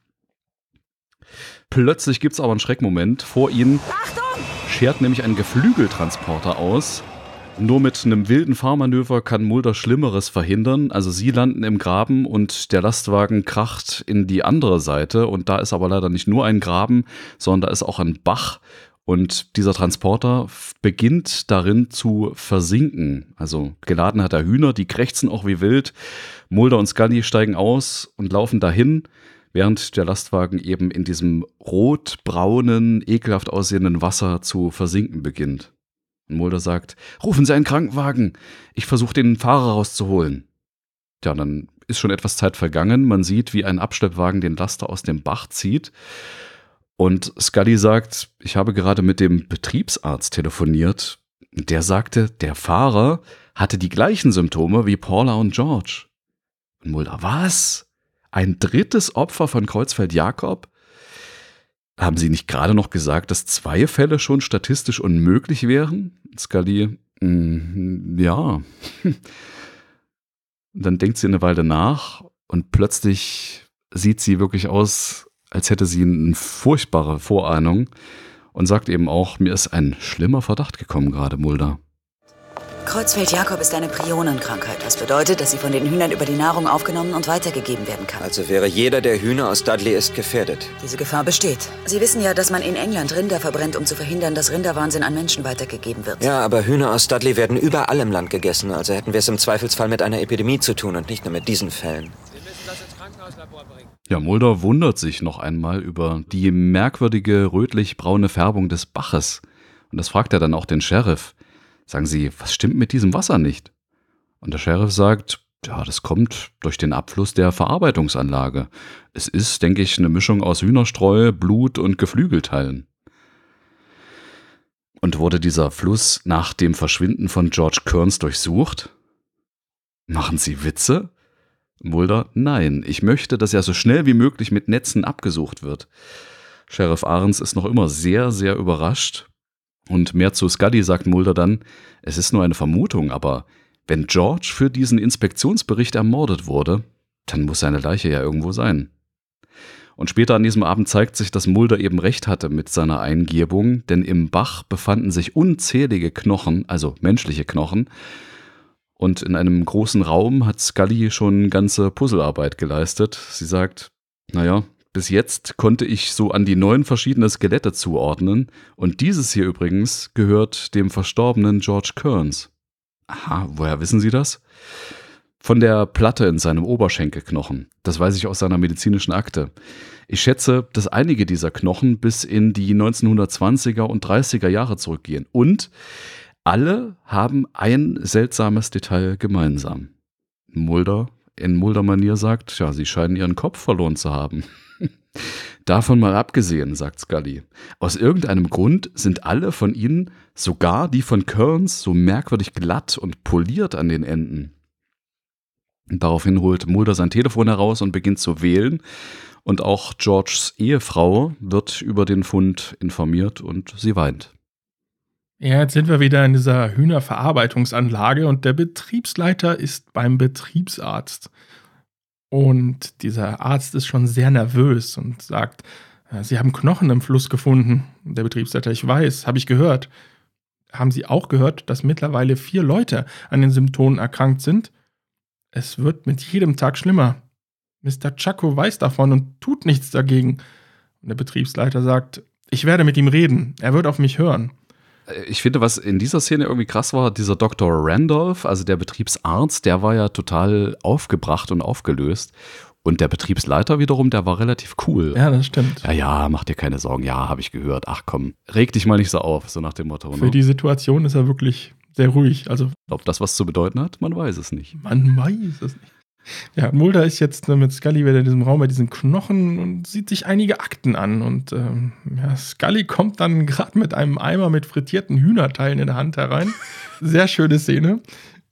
Plötzlich gibt es aber einen Schreckmoment. Vor ihnen Achtung! Schert nämlich ein Geflügeltransporter aus. Nur mit einem wilden Fahrmanöver kann Mulder Schlimmeres verhindern. Also sie landen im Graben und der Lastwagen kracht in die andere Seite. Und da ist aber leider nicht nur ein Graben, sondern da ist auch ein Bach. Und dieser Transporter beginnt darin zu versinken. Also geladen hat er Hühner, die krächzen auch wie wild. Mulder und Scully steigen aus und laufen dahin, während der Lastwagen eben in diesem rot-braunen, ekelhaft aussehenden Wasser zu versinken beginnt. Mulder sagt, rufen Sie einen Krankenwagen, ich versuche den Fahrer rauszuholen. Ja, dann ist schon etwas Zeit vergangen, man sieht, wie ein Abschleppwagen den Laster aus dem Bach zieht und Scully sagt, ich habe gerade mit dem Betriebsarzt telefoniert, der sagte, der Fahrer hatte die gleichen Symptome wie Paula und George. Und Mulder, was? Ein drittes Opfer von Kreuzfeld-Jakob? Haben Sie nicht gerade noch gesagt, dass zwei Fälle schon statistisch unmöglich wären? Scully, mm, ja. Dann denkt sie eine Weile nach und plötzlich sieht sie wirklich aus, als hätte sie eine furchtbare Vorahnung und sagt eben auch, mir ist ein schlimmer Verdacht gekommen gerade, Mulder. Kreuzfeld-Jakob ist eine Prionenkrankheit. Das bedeutet, dass sie von den Hühnern über die Nahrung aufgenommen und weitergegeben werden kann. Also wäre jeder der Hühner aus Dudley ist gefährdet. Diese Gefahr besteht. Sie wissen ja, dass man in England Rinder verbrennt, um zu verhindern, dass Rinderwahnsinn an Menschen weitergegeben wird. Ja, aber Hühner aus Dudley werden überall im Land gegessen. Also hätten wir es im Zweifelsfall mit einer Epidemie zu tun und nicht nur mit diesen Fällen. Wir müssen das ins Krankenhauslabor bringen. Ja, Mulder wundert sich noch einmal über die merkwürdige rötlich-braune Färbung des Baches. Und das fragt er dann auch den Sheriff. Sagen Sie, was stimmt mit diesem Wasser nicht? Und der Sheriff sagt, ja, das kommt durch den Abfluss der Verarbeitungsanlage. Es ist, denke ich, eine Mischung aus Hühnerstreu, Blut und Geflügelteilen. Und wurde dieser Fluss nach dem Verschwinden von George Kearns durchsucht? Machen Sie Witze? Mulder, nein, ich möchte, dass er so schnell wie möglich mit Netzen abgesucht wird. Sheriff Arens ist noch immer sehr, sehr überrascht. Und mehr zu Scully sagt Mulder dann, es ist nur eine Vermutung, aber wenn George für diesen Inspektionsbericht ermordet wurde, dann muss seine Leiche ja irgendwo sein. Und später an diesem Abend zeigt sich, dass Mulder eben recht hatte mit seiner Eingebung, denn im Bach befanden sich unzählige Knochen, also menschliche Knochen, und in einem großen Raum hat Scully schon ganze Puzzlearbeit geleistet. Sie sagt, naja, bis jetzt konnte ich so an die neun verschiedene Skelette zuordnen und dieses hier übrigens gehört dem verstorbenen George Kearns. Aha, woher wissen Sie das? Von der Platte in seinem Oberschenkelknochen. Das weiß ich aus seiner medizinischen Akte. Ich schätze, dass einige dieser Knochen bis in die neunzehnhundertzwanziger und dreißiger Jahre zurückgehen. Und alle haben ein seltsames Detail gemeinsam. Mulder in Mulder-Manier sagt, ja, sie scheinen ihren Kopf verloren zu haben. Davon mal abgesehen, sagt Scully. Aus irgendeinem Grund sind alle von ihnen, sogar die von Kearns, so merkwürdig glatt und poliert an den Enden. Und daraufhin holt Mulder sein Telefon heraus und beginnt zu wählen. Und auch Georges Ehefrau wird über den Fund informiert und sie weint. Ja, jetzt sind wir wieder in dieser Hühnerverarbeitungsanlage und der Betriebsleiter ist beim Betriebsarzt. Und dieser Arzt ist schon sehr nervös und sagt, Sie haben Knochen im Fluss gefunden. Der Betriebsleiter, ich weiß, habe ich gehört. Haben Sie auch gehört, dass mittlerweile vier Leute an den Symptomen erkrankt sind? Es wird mit jedem Tag schlimmer. Mister Chaco weiß davon und tut nichts dagegen. Und der Betriebsleiter sagt, ich werde mit ihm reden, er wird auf mich hören. Ich finde, was in dieser Szene irgendwie krass war, dieser Doktor Randolph, also der Betriebsarzt, der war ja total aufgebracht und aufgelöst. Und der Betriebsleiter wiederum, der war relativ cool. Ja, das stimmt. Ja, ja, mach dir keine Sorgen. Ja, habe ich gehört. Ach komm, reg dich mal nicht so auf, so nach dem Motto. Für ne? die Situation ist er wirklich sehr ruhig. Also, ob das was zu bedeuten hat, man weiß es nicht. Man weiß es nicht. Ja, Mulder ist jetzt mit Scully wieder in diesem Raum bei diesen Knochen und sieht sich einige Akten an. Und ähm, ja, Scully kommt dann gerade mit einem Eimer mit frittierten Hühnerteilen in der Hand herein. Sehr schöne Szene.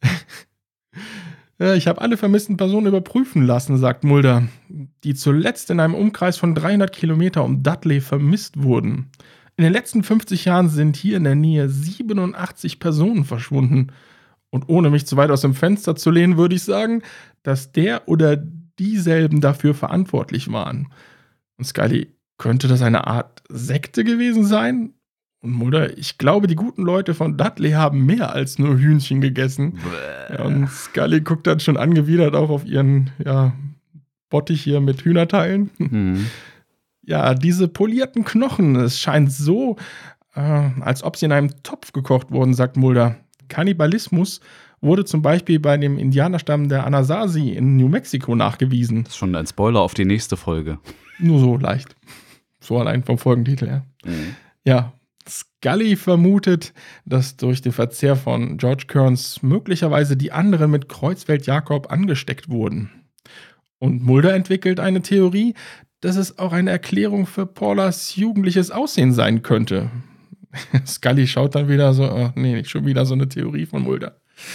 Ja, ich habe alle vermissten Personen überprüfen lassen, sagt Mulder, die zuletzt in einem Umkreis von dreihundert Kilometer um Dudley vermisst wurden. In den letzten fünfzig Jahren sind hier in der Nähe siebenundachtzig Personen verschwunden. Und ohne mich zu weit aus dem Fenster zu lehnen, würde ich sagen, dass der oder dieselben dafür verantwortlich waren. Und Scully, könnte das eine Art Sekte gewesen sein? Und Mulder, ich glaube, die guten Leute von Dudley haben mehr als nur Hühnchen gegessen. Ja, und Scully guckt dann schon angewidert auch auf ihren ja, Bottich hier mit Hühnerteilen. Mhm. Ja, diese polierten Knochen, es scheint so, äh, als ob sie in einem Topf gekocht wurden, sagt Mulder. Kannibalismus wurde zum Beispiel bei dem Indianerstamm der Anasazi in New Mexico nachgewiesen. Das ist schon ein Spoiler auf die nächste Folge. Nur so leicht. So allein vom Folgentitel her. Mhm. Ja, Scully vermutet, dass durch den Verzehr von George Kearns möglicherweise die anderen mit Kreuzfeld Jakob angesteckt wurden. Und Mulder entwickelt eine Theorie, dass es auch eine Erklärung für Paulas jugendliches Aussehen sein könnte. Scully schaut dann wieder so, oh, nee, nicht schon wieder so eine Theorie von Mulder.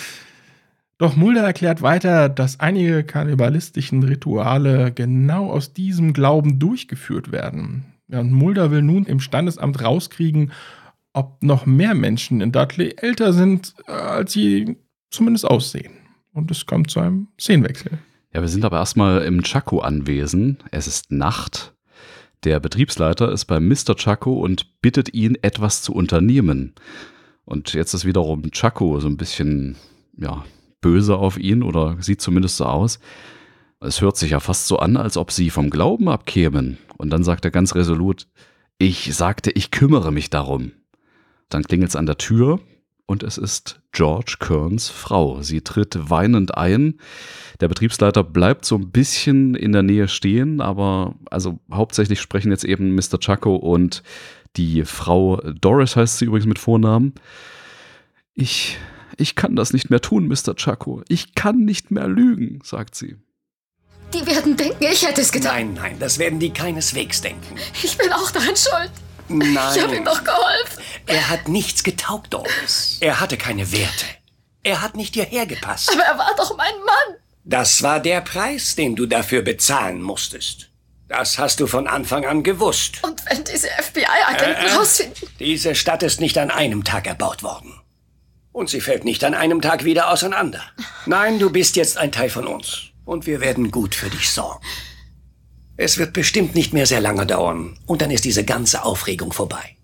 Doch Mulder erklärt weiter, dass einige kannibalistischen Rituale genau aus diesem Glauben durchgeführt werden. Ja, und Mulder will nun im Standesamt rauskriegen, ob noch mehr Menschen in Dudley älter sind, als sie zumindest aussehen. Und es kommt zu einem Szenenwechsel. Ja, wir sind aber erstmal im Chaco-Anwesen. Es ist Nacht. Der Betriebsleiter ist bei Mister Chaco und bittet ihn, etwas zu unternehmen. Und jetzt ist wiederum Chaco so ein bisschen, ja, böse auf ihn oder sieht zumindest so aus. Es hört sich ja fast so an, als ob sie vom Glauben abkämen. Und dann sagt er ganz resolut, ich sagte, ich kümmere mich darum. Dann klingelt es an der Tür und es ist George Kearns Frau. Sie tritt weinend ein. Der Betriebsleiter bleibt so ein bisschen in der Nähe stehen, aber also hauptsächlich sprechen jetzt eben Mister Chaco und die Frau Doris, heißt sie übrigens mit Vornamen. Ich, ich kann das nicht mehr tun, Mister Chaco. Ich kann nicht mehr lügen, sagt sie. Die werden denken, ich hätte es getan. Nein, nein, das werden die keineswegs denken. Ich bin auch daran schuld. Nein. Ich habe ihm doch geholfen. Er hat nichts getaugt, Doris. Er hatte keine Werte. Er hat nicht hierher gepasst. Aber er war doch mein Mann. Das war der Preis, den du dafür bezahlen musstest. Das hast du von Anfang an gewusst. Und wenn diese F B I-Agenten äh, rausfinden... Diese Stadt ist nicht an einem Tag erbaut worden. Und sie fällt nicht an einem Tag wieder auseinander. Nein, du bist jetzt ein Teil von uns. Und wir werden gut für dich sorgen. Es wird bestimmt nicht mehr sehr lange dauern. Und dann ist diese ganze Aufregung vorbei.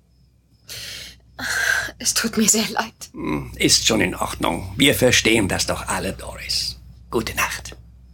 Es tut mir sehr leid. Ist schon in Ordnung. Wir verstehen das doch alle, Doris. Gute Nacht.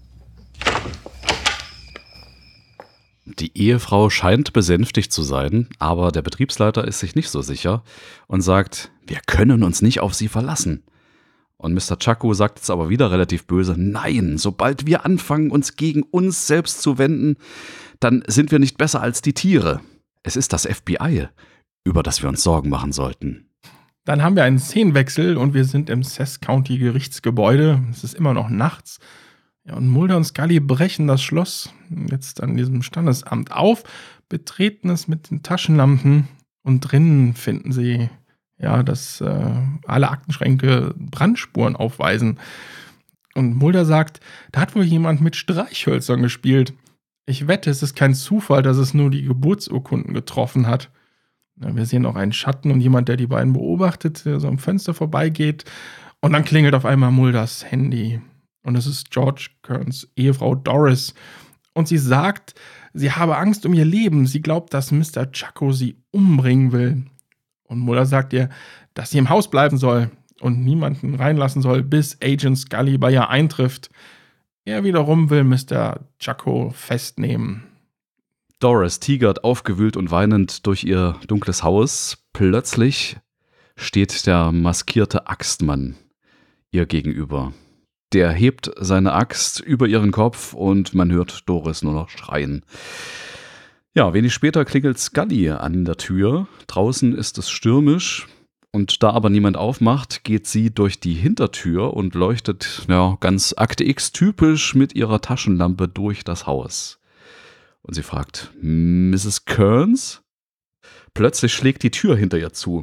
Die Ehefrau scheint besänftigt zu sein, aber der Betriebsleiter ist sich nicht so sicher und sagt, wir können uns nicht auf sie verlassen. Und Mister Chaco sagt jetzt aber wieder relativ böse, nein, sobald wir anfangen, uns gegen uns selbst zu wenden, dann sind wir nicht besser als die Tiere. Es ist das F B I, über das wir uns Sorgen machen sollten. Dann haben wir einen Szenenwechsel und wir sind im Sess County Gerichtsgebäude. Es ist immer noch nachts. Ja, und Mulder und Scully brechen das Schloss jetzt an diesem Standesamt auf, betreten es mit den Taschenlampen und drinnen finden sie, ja, dass äh, alle Aktenschränke Brandspuren aufweisen. Und Mulder sagt, da hat wohl jemand mit Streichhölzern gespielt. Ich wette, es ist kein Zufall, dass es nur die Geburtsurkunden getroffen hat. Ja, wir sehen auch einen Schatten und jemand, der die beiden beobachtet, der so am Fenster vorbeigeht. Und dann klingelt auf einmal Mulders Handy. Und es ist George Kerns Ehefrau Doris. Und sie sagt, sie habe Angst um ihr Leben. Sie glaubt, dass Mister Chaco sie umbringen will. Und Mulder sagt ihr, dass sie im Haus bleiben soll und niemanden reinlassen soll, bis Agent Scully bei ihr eintrifft. Er wiederum will Mister Chaco festnehmen. Doris tigert aufgewühlt und weinend durch ihr dunkles Haus. Plötzlich steht der maskierte Axtmann ihr gegenüber. Der hebt seine Axt über ihren Kopf und man hört Doris nur noch schreien. Ja, wenig später klingelt Scully an der Tür. Draußen ist es stürmisch und da aber niemand aufmacht, geht sie durch die Hintertür und leuchtet ja, ganz Akte X typisch mit ihrer Taschenlampe durch das Haus. Und sie fragt, Misses Kearns? Plötzlich schlägt die Tür hinter ihr zu.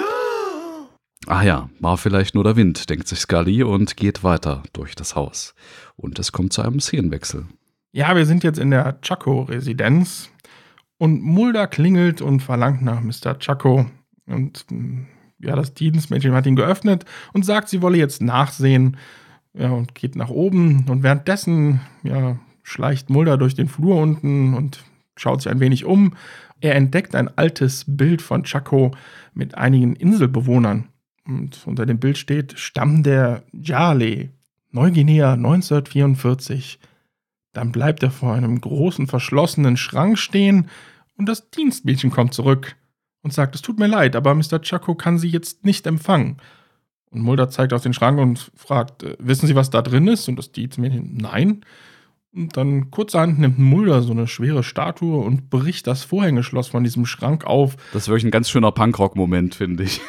Ach ja, war vielleicht nur der Wind, denkt sich Scully und geht weiter durch das Haus. Und es kommt zu einem Szenenwechsel. Ja, wir sind jetzt in der Chaco-Residenz und Mulder klingelt und verlangt nach Mister Chaco. Und ja, das Dienstmädchen hat ihn geöffnet und sagt, sie wolle jetzt nachsehen. Ja, und geht nach oben und währenddessen, ja, schleicht Mulder durch den Flur unten und schaut sich ein wenig um. Er entdeckt ein altes Bild von Chaco mit einigen Inselbewohnern. Und unter dem Bild steht Stamm der Jale, Neuguinea neunzehnhundertvierundvierzig. Dann bleibt er vor einem großen verschlossenen Schrank stehen und das Dienstmädchen kommt zurück und sagt, es tut mir leid, aber Mister Chaco kann sie jetzt nicht empfangen. Und Mulder zeigt auf den Schrank und fragt, wissen Sie, was da drin ist? Und das Dienstmädchen, nein. Und dann kurzerhand nimmt Mulder so eine schwere Statue und bricht das Vorhängeschloss von diesem Schrank auf. Das ist wirklich ein ganz schöner Punkrock-Moment, finde ich.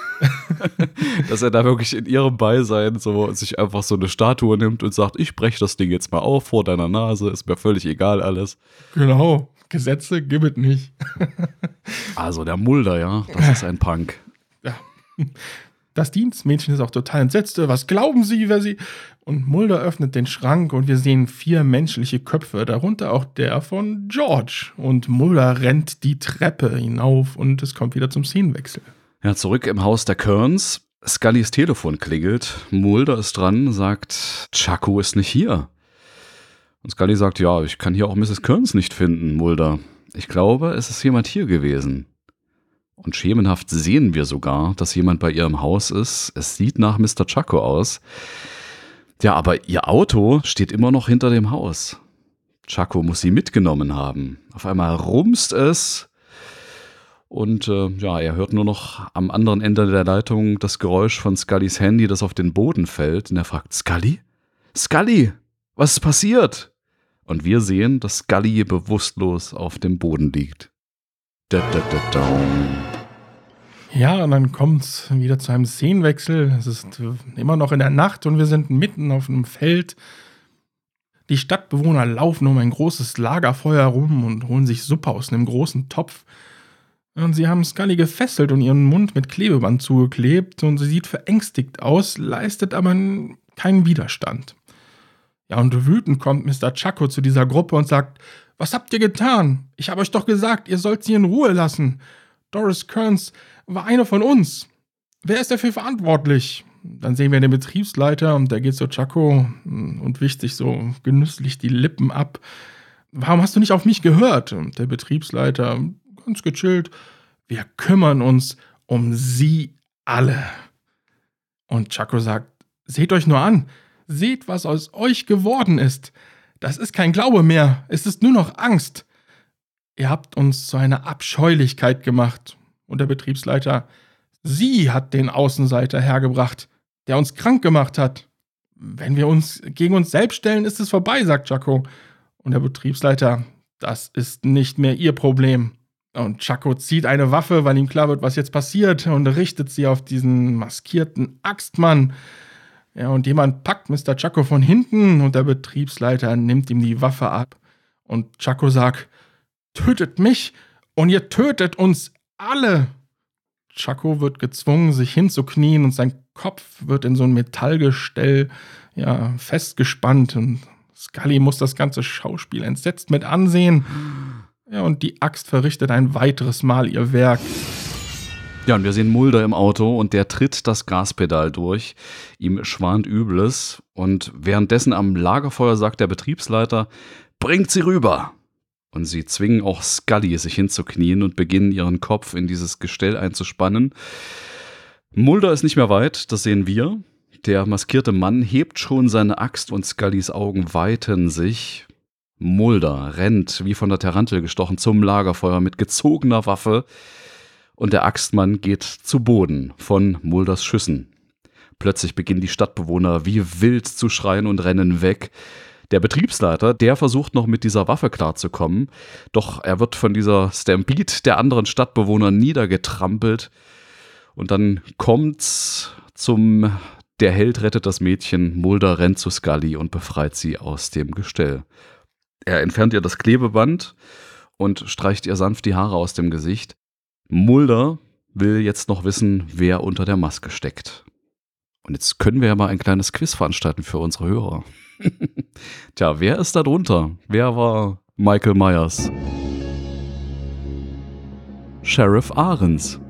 Dass er da wirklich in ihrem Beisein so sich einfach so eine Statue nimmt und sagt, ich breche das Ding jetzt mal auf vor deiner Nase, ist mir völlig egal alles. Genau, Gesetze gibt es nicht. Also der Mulder, ja, das ist ein Punk. Ja. Das Dienstmädchen ist auch total entsetzt. Was glauben Sie, wer Sie... Und Mulder öffnet den Schrank und wir sehen vier menschliche Köpfe, darunter auch der von George. Und Mulder rennt die Treppe hinauf und es kommt wieder zum Szenenwechsel. Ja, zurück im Haus der Kearns. Scullys Telefon klingelt. Mulder ist dran, sagt, Chaco ist nicht hier. Und Scully sagt, ja, ich kann hier auch Misses Kearns nicht finden, Mulder. Ich glaube, es ist jemand hier gewesen. Und schemenhaft sehen wir sogar, dass jemand bei ihr im Haus ist. Es sieht nach Mister Chaco aus. Ja, aber ihr Auto steht immer noch hinter dem Haus. Chaco muss sie mitgenommen haben. Auf einmal rumst es und äh, ja, er hört nur noch am anderen Ende der Leitung das Geräusch von Scullys Handy, das auf den Boden fällt. Und er fragt, Scully? Scully, was ist passiert? Und wir sehen, dass Scully bewusstlos auf dem Boden liegt. Da, da, da, da. Ja, und dann kommt es wieder zu einem Szenenwechsel. Es ist immer noch in der Nacht und wir sind mitten auf einem Feld. Die Stadtbewohner laufen um ein großes Lagerfeuer rum und holen sich Suppe aus einem großen Topf. Und sie haben Scully gefesselt und ihren Mund mit Klebeband zugeklebt und sie sieht verängstigt aus, leistet aber keinen Widerstand. Ja, und wütend kommt Mister Chaco zu dieser Gruppe und sagt, was habt ihr getan? Ich habe euch doch gesagt, ihr sollt sie in Ruhe lassen. Doris Kearns war eine von uns. Wer ist dafür verantwortlich? Dann sehen wir den Betriebsleiter und der geht zu Chaco und wischt sich so genüsslich die Lippen ab. Warum hast du nicht auf mich gehört? Und der Betriebsleiter, ganz gechillt, wir kümmern uns um sie alle. Und Chaco sagt, seht euch nur an, seht, was aus euch geworden ist. Das ist kein Glaube mehr, es ist nur noch Angst. Ihr habt uns zu einer Abscheulichkeit gemacht. Und der Betriebsleiter, sie hat den Außenseiter hergebracht, der uns krank gemacht hat. Wenn wir uns gegen uns selbst stellen, ist es vorbei, sagt Chaco. Und der Betriebsleiter, das ist nicht mehr ihr Problem. Und Chaco zieht eine Waffe, weil ihm klar wird, was jetzt passiert, und richtet sie auf diesen maskierten Axtmann. Ja, und jemand packt Mister Chaco von hinten und der Betriebsleiter nimmt ihm die Waffe ab. Und Chaco sagt, tötet mich und ihr tötet uns alle. Chaco wird gezwungen, sich hinzuknien und sein Kopf wird in so ein Metallgestell ja, festgespannt. Und Scully muss das ganze Schauspiel entsetzt mit ansehen. Ja, und die Axt verrichtet ein weiteres Mal ihr Werk. Ja, und wir sehen Mulder im Auto und der tritt das Gaspedal durch. Ihm schwant Übles. Und währenddessen am Lagerfeuer sagt der Betriebsleiter, bringt sie rüber. Und sie zwingen auch Scully, sich hinzuknien und beginnen, ihren Kopf in dieses Gestell einzuspannen. Mulder ist nicht mehr weit, das sehen wir. Der maskierte Mann hebt schon seine Axt und Scullys Augen weiten sich. Mulder rennt, wie von der Tarantel gestochen, zum Lagerfeuer mit gezogener Waffe. Und der Axtmann geht zu Boden von Mulders Schüssen. Plötzlich beginnen die Stadtbewohner wie wild zu schreien und rennen weg. Der Betriebsleiter, der versucht noch mit dieser Waffe klarzukommen, doch er wird von dieser Stampede der anderen Stadtbewohner niedergetrampelt. Und dann kommt's zum Der Held rettet das Mädchen, Mulder rennt zu Scully und befreit sie aus dem Gestell. Er entfernt ihr das Klebeband und streicht ihr sanft die Haare aus dem Gesicht. Mulder will jetzt noch wissen, wer unter der Maske steckt. Und jetzt können wir ja mal ein kleines Quiz veranstalten für unsere Hörer. Tja, wer ist da drunter? Wer war Michael Myers? Sheriff Ahrens.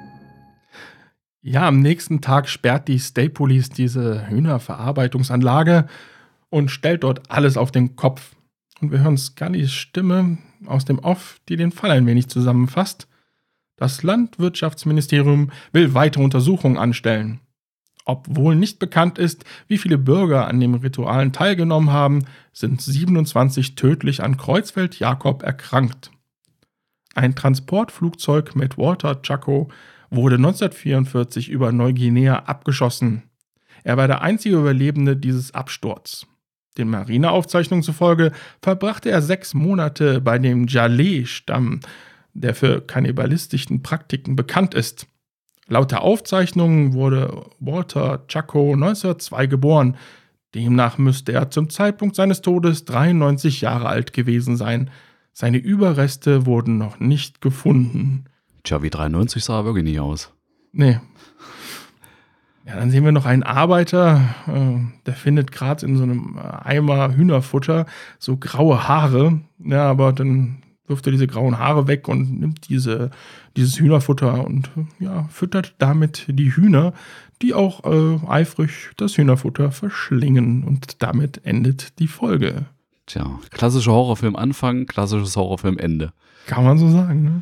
Ja, am nächsten Tag sperrt die State Police diese Hühnerverarbeitungsanlage und stellt dort alles auf den Kopf. Und wir hören Scullys Stimme aus dem Off, die den Fall ein wenig zusammenfasst. Das Landwirtschaftsministerium will weitere Untersuchungen anstellen. Obwohl nicht bekannt ist, wie viele Bürger an den Ritualen teilgenommen haben, sind siebenundzwanzig tödlich an Kreuzfeld-Jakob erkrankt. Ein Transportflugzeug mit Walter Chaco wurde neunzehnhundertvierundvierzig über Neuguinea abgeschossen. Er war der einzige Überlebende dieses Absturz. Den Marineaufzeichnungen zufolge verbrachte er sechs Monate bei dem Jalé-Stamm, der für kannibalistischen Praktiken bekannt ist. Laut der Aufzeichnungen wurde Walter Chaco neunzehnhundertzwei geboren. Demnach müsste er zum Zeitpunkt seines Todes dreiundneunzig Jahre alt gewesen sein. Seine Überreste wurden noch nicht gefunden. Tja, wie dreiundneunzig sah er wirklich nicht aus. Nee. Ja, dann sehen wir noch einen Arbeiter, äh, der findet gerade in so einem Eimer Hühnerfutter so graue Haare. Ja, aber dann wirft er diese grauen Haare weg und nimmt diese, dieses Hühnerfutter und ja, füttert damit die Hühner, die auch äh, eifrig das Hühnerfutter verschlingen. Und damit endet die Folge. Tja, klassischer Horrorfilm Anfang, klassisches Horrorfilm Ende. Kann man so sagen, ne?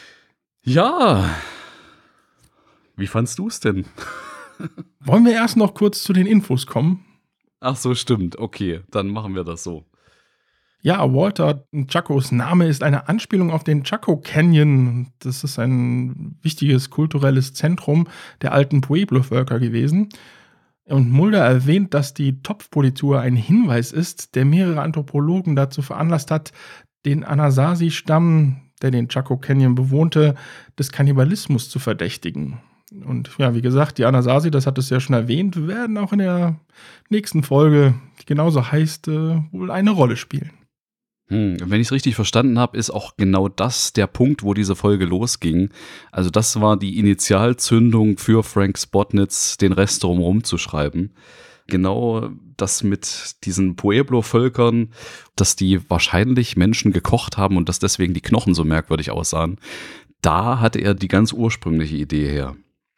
Ja. Wie fandst du es denn? Wollen wir erst noch kurz zu den Infos kommen? Ach so, stimmt. Okay, dann machen wir das so. Ja, Walter Chacos Name ist eine Anspielung auf den Chaco Canyon. Das ist ein wichtiges kulturelles Zentrum der alten Pueblo-Völker gewesen. Und Mulder erwähnt, dass die Topfpolitur ein Hinweis ist, der mehrere Anthropologen dazu veranlasst hat, den Anasazi-Stamm, der den Chaco Canyon bewohnte, des Kannibalismus zu verdächtigen. Und ja, wie gesagt, die Anasazi, das hat es ja schon erwähnt, werden auch in der nächsten Folge, die genauso heißt, äh, wohl eine Rolle spielen. Hm, wenn ich es richtig verstanden habe, ist auch genau das der Punkt, wo diese Folge losging. Also das war die Initialzündung für Frank Spotnitz, den Rest drumherum zu schreiben. Genau das mit diesen Pueblo-Völkern, dass die wahrscheinlich Menschen gekocht haben und dass deswegen die Knochen so merkwürdig aussahen. Da hatte er die ganz ursprüngliche Idee her.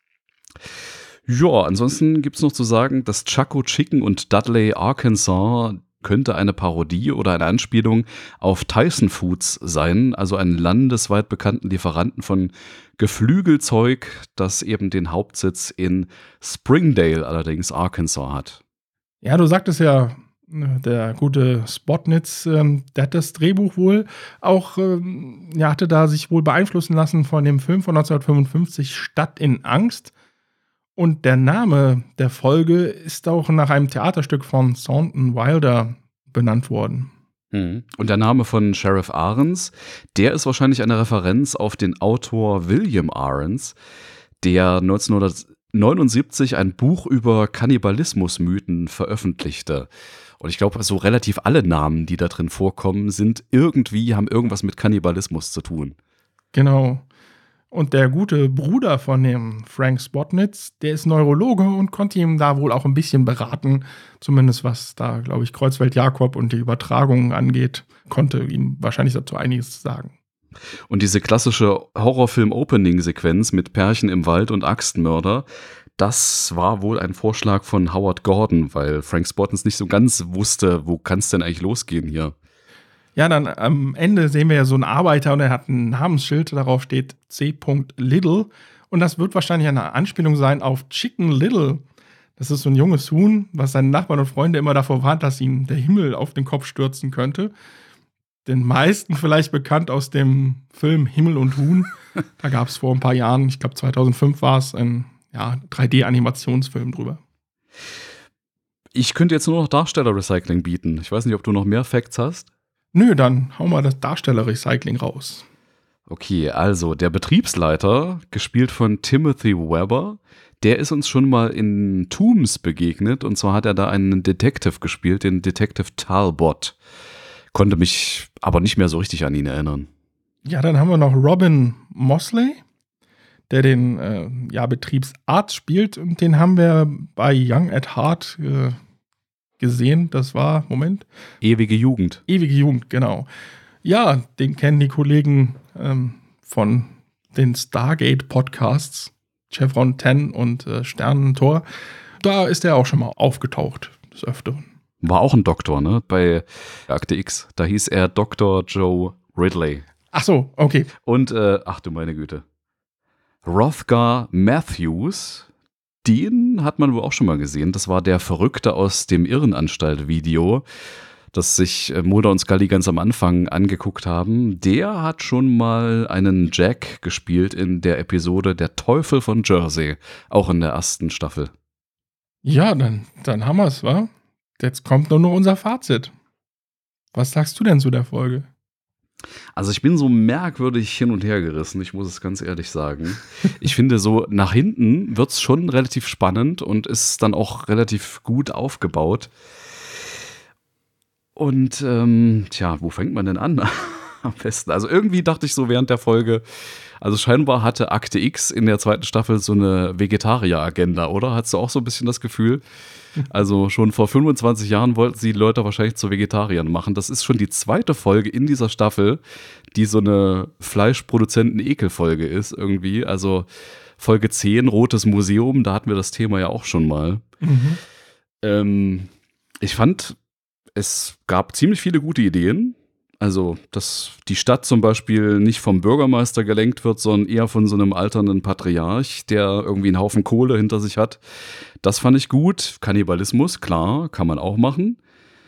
Ja, ansonsten gibt es noch zu sagen, dass Chaco Chicken und Dudley, Arkansas könnte eine Parodie oder eine Anspielung auf Tyson Foods sein, also einen landesweit bekannten Lieferanten von Geflügelzeug, das eben den Hauptsitz in Springdale, allerdings Arkansas, hat. Ja, du sagtest ja, der gute Spotnitz, ähm, der hat das Drehbuch wohl auch, ähm, ja, hatte da sich wohl beeinflussen lassen von dem Film von neunzehnhundertfünfundfünfzig Stadt in Angst. Und der Name der Folge ist auch nach einem Theaterstück von Thornton Wilder benannt worden. Und der Name von Sheriff Ahrens, der ist wahrscheinlich eine Referenz auf den Autor William Ahrens, der neunzehnhundertneunundsiebzig ein Buch über Kannibalismusmythen veröffentlichte. Und ich glaube, so relativ alle Namen, die da drin vorkommen, sind irgendwie, haben irgendwas mit Kannibalismus zu tun. Genau. Und der gute Bruder von dem Frank Spotnitz, der ist Neurologe und konnte ihm da wohl auch ein bisschen beraten. Zumindest was da, glaube ich, Kreuzfeld-Jakob und die Übertragung angeht, konnte ihm wahrscheinlich dazu einiges sagen. Und diese klassische Horrorfilm-Opening-Sequenz mit Pärchen im Wald und Axtmörder, das war wohl ein Vorschlag von Howard Gordon, weil Frank Spottons nicht so ganz wusste, wo kann es denn eigentlich losgehen hier. Ja, dann am Ende sehen wir ja so einen Arbeiter und er hat ein Namensschild, darauf steht C. Little. Und das wird wahrscheinlich eine Anspielung sein auf Chicken Little. Das ist so ein junges Huhn, was seine Nachbarn und Freunde immer davor warnt, dass ihm der Himmel auf den Kopf stürzen könnte. Den meisten vielleicht bekannt aus dem Film Himmel und Huhn. Da gab es vor ein paar Jahren, ich glaube zweitausendfünf war es, ein ja, drei D-Animationsfilm drüber. Ich könnte jetzt nur noch Darstellerrecycling bieten. Ich weiß nicht, ob du noch mehr Facts hast. Nö, dann hau mal das Darstellerrecycling raus. Okay, also der Betriebsleiter, gespielt von Timothy Webber, der ist uns schon mal in Tooms begegnet. Und zwar hat er da einen Detective gespielt, den Detective Talbot. Konnte mich aber nicht mehr so richtig an ihn erinnern. Ja, dann haben wir noch Robin Mosley, der den äh, ja, Betriebsarzt spielt. Und den haben wir bei Young at Heart äh, gesehen. Das war, Moment. Ewige Jugend. Ewige Jugend, genau. Ja, den kennen die Kollegen ähm, von den Stargate-Podcasts, Chevron zehn und äh, Sternentor. Da ist er auch schon mal aufgetaucht, des Öfteren. War auch ein Doktor, ne? Bei Akte X. Da hieß er Doktor Joe Ridley. Ach so, okay. Und, äh, ach du meine Güte. Hrothgar Matthews, den hat man wohl auch schon mal gesehen. Das war der Verrückte aus dem Irrenanstalt-Video, das sich Mulder und Scully ganz am Anfang angeguckt haben. Der hat schon mal einen Jack gespielt in der Episode Der Teufel von Jersey, auch in der ersten Staffel. Ja, dann, dann haben wir es, wa? Jetzt kommt nur noch unser Fazit. Was sagst du denn zu der Folge? Also ich bin so merkwürdig hin und her gerissen, ich muss es ganz ehrlich sagen. Ich finde, so nach hinten wird es schon relativ spannend und ist dann auch relativ gut aufgebaut. Und ähm, tja, wo fängt man denn an? Am besten. Also irgendwie dachte ich so während der Folge, also scheinbar hatte Akte X in der zweiten Staffel so eine Vegetarier-Agenda, oder? Hattest du auch so ein bisschen das Gefühl? Also schon vor fünfundzwanzig Jahren wollten sie die Leute wahrscheinlich zu Vegetariern machen. Das ist schon die zweite Folge in dieser Staffel, die so eine Fleischproduzenten-Ekel-Folge ist irgendwie. Also Folge zehn, Rotes Museum, da hatten wir das Thema ja auch schon mal. Mhm. Ähm, ich fand, es gab ziemlich viele gute Ideen. Also, dass die Stadt zum Beispiel nicht vom Bürgermeister gelenkt wird, sondern eher von so einem alternden Patriarch, der irgendwie einen Haufen Kohle hinter sich hat. Das fand ich gut. Kannibalismus, klar, kann man auch machen.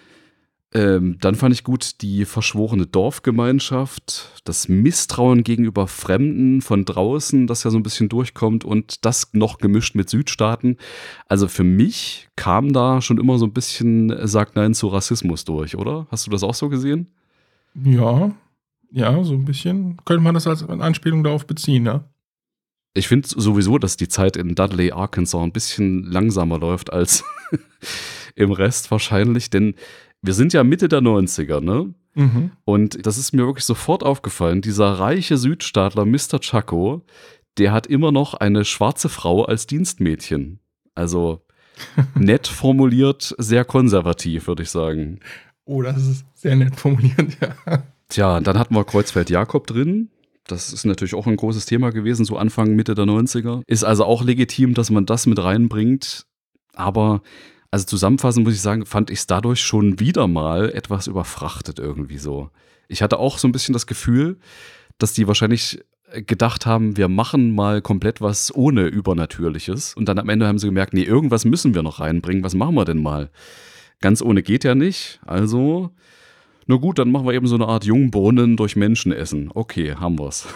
Ähm, dann fand ich gut die verschworene Dorfgemeinschaft, das Misstrauen gegenüber Fremden von draußen, das ja so ein bisschen durchkommt und das noch gemischt mit Südstaaten. Also für mich kam da schon immer so ein bisschen Sag Nein zu Rassismus durch, oder? Hast du das auch so gesehen? Ja, ja, so ein bisschen könnte man das als Anspielung darauf beziehen, ja. Ich finde sowieso, dass die Zeit in Dudley, Arkansas ein bisschen langsamer läuft als im Rest wahrscheinlich, denn wir sind ja Mitte der neunziger, ne? Mhm. Und das ist mir wirklich sofort aufgefallen, dieser reiche Südstaatler Mister Chaco, der hat immer noch eine schwarze Frau als Dienstmädchen. Also nett formuliert, sehr konservativ, würde ich sagen. Oh, das ist sehr nett formuliert, ja. Tja, dann hatten wir Kreuzfeld-Jakob drin. Das ist natürlich auch ein großes Thema gewesen, so Anfang, Mitte der neunziger. Ist also auch legitim, dass man das mit reinbringt. Aber, also zusammenfassend muss ich sagen, fand ich es dadurch schon wieder mal etwas überfrachtet irgendwie so. Ich hatte auch so ein bisschen das Gefühl, dass die wahrscheinlich gedacht haben, wir machen mal komplett was ohne Übernatürliches. Und dann am Ende haben sie gemerkt, nee, irgendwas müssen wir noch reinbringen. Was machen wir denn mal? Ganz ohne geht ja nicht, also, na gut, dann machen wir eben so eine Art Jungbrunnen durch Menschen essen. Okay, haben wir's.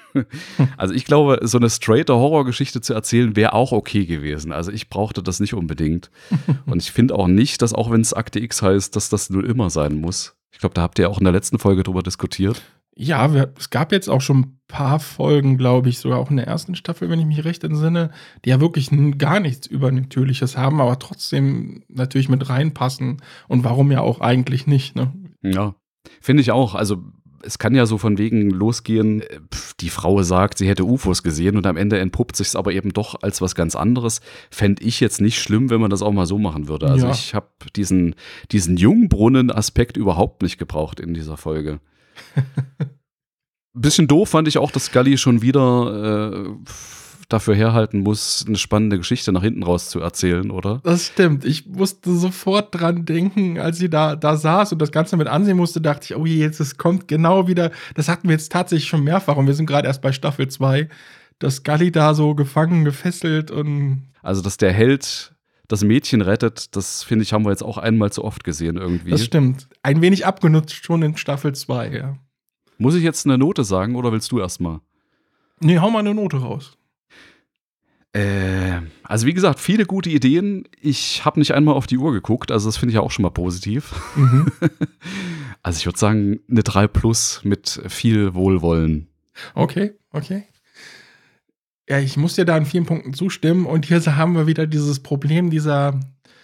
Also ich glaube, so eine straighte Horrorgeschichte zu erzählen, wäre auch okay gewesen. Also ich brauchte das nicht unbedingt. Und ich finde auch nicht, dass auch wenn es Akte X heißt, dass das nur immer sein muss. Ich glaube, da habt ihr auch in der letzten Folge drüber diskutiert. Ja, wir, es gab jetzt auch schon ein paar Folgen, glaube ich, sogar auch in der ersten Staffel, wenn ich mich recht entsinne, die ja wirklich n- gar nichts Übernatürliches haben, aber trotzdem natürlich mit reinpassen. Und warum ja auch eigentlich nicht, ne? Ja, finde ich auch. Also es kann ja so von wegen losgehen, pf, die Frau sagt, sie hätte U F Os gesehen und am Ende entpuppt sich es aber eben doch als was ganz anderes. Fände ich jetzt nicht schlimm, wenn man das auch mal so machen würde. Also Ja. ich habe diesen, diesen Jungbrunnen-Aspekt überhaupt nicht gebraucht in dieser Folge. Bisschen doof fand ich auch, dass Scully schon wieder äh, dafür herhalten muss, eine spannende Geschichte nach hinten raus zu erzählen, oder? Das stimmt. Ich musste sofort dran denken, als sie da, da saß und das Ganze mit ansehen musste, dachte ich, oh je, jetzt es kommt genau wieder. Das hatten wir jetzt tatsächlich schon mehrfach und wir sind gerade erst bei Staffel zwei, dass Scully da so gefangen, gefesselt und. Also, dass der Held das Mädchen rettet, das finde ich, haben wir jetzt auch einmal zu oft gesehen irgendwie. Das stimmt. Ein wenig abgenutzt schon in Staffel zwei, ja. Muss ich jetzt eine Note sagen oder willst du erst mal? Nee, hau mal eine Note raus. Äh, also wie gesagt, viele gute Ideen. Ich habe nicht einmal auf die Uhr geguckt, also das finde ich ja auch schon mal positiv. Mhm. Also ich würde sagen, eine drei plus mit viel Wohlwollen. Okay, okay. Ja, ich muss dir da in vielen Punkten zustimmen. Und hier haben wir wieder dieses Problem dieser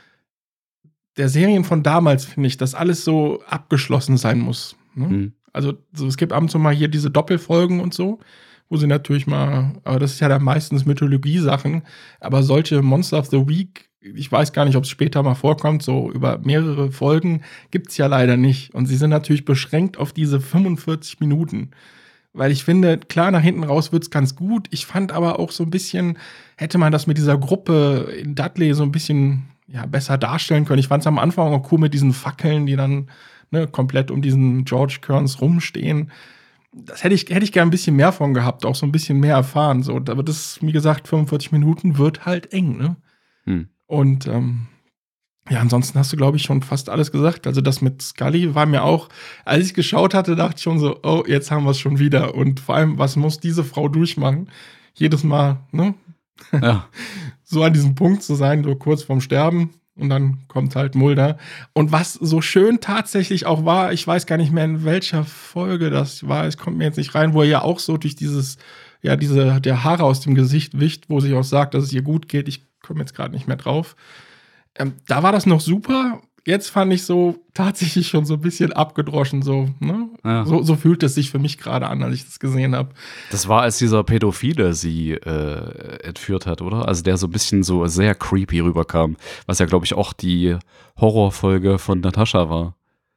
der Serien von damals, finde ich, dass alles so abgeschlossen sein muss. Ne? Mhm. Also so, es gibt ab und zu mal hier diese Doppelfolgen und so, wo sie natürlich mal, aber das ist ja dann meistens Mythologie-Sachen, aber solche Monster of the Week, ich weiß gar nicht, ob es später mal vorkommt, so über mehrere Folgen, gibt es ja leider nicht. Und sie sind natürlich beschränkt auf diese fünfundvierzig Minuten. Weil ich finde, klar, nach hinten raus wird's ganz gut. Ich fand aber auch so ein bisschen, hätte man das mit dieser Gruppe in Dudley so ein bisschen ja, besser darstellen können. Ich fand es am Anfang auch cool mit diesen Fackeln, die dann ne, komplett um diesen George Kearns rumstehen. Das hätte ich, hätte ich gern ein bisschen mehr von gehabt, auch so ein bisschen mehr erfahren. So, aber das, wie gesagt, fünfundvierzig Minuten wird halt eng, ne? Hm. Und ähm, ja, ansonsten hast du, glaube ich, schon fast alles gesagt. Also das mit Scully war mir auch, als ich geschaut hatte, dachte ich schon so, oh, jetzt haben wir es schon wieder. Und vor allem, was muss diese Frau durchmachen? Jedes Mal, ne? Ja. So an diesem Punkt zu sein, so kurz vorm Sterben. Und dann kommt halt Mulder. Und was so schön tatsächlich auch war, ich weiß gar nicht mehr, in welcher Folge das war, es kommt mir jetzt nicht rein, wo er ja auch so durch dieses, ja, diese, der Haare aus dem Gesicht wischt, wo sie auch sagt, dass es ihr gut geht. Ich komme jetzt gerade nicht mehr drauf. Ähm, da war das noch super. Jetzt fand ich so tatsächlich schon so ein bisschen abgedroschen. So, ne? Ja. so, so fühlt es sich für mich gerade an, als ich das gesehen habe. Das war, als dieser Pädophile sie äh, entführt hat, oder? Also der so ein bisschen so sehr creepy rüberkam. Was ja, glaube ich, auch die Horrorfolge von Natascha war.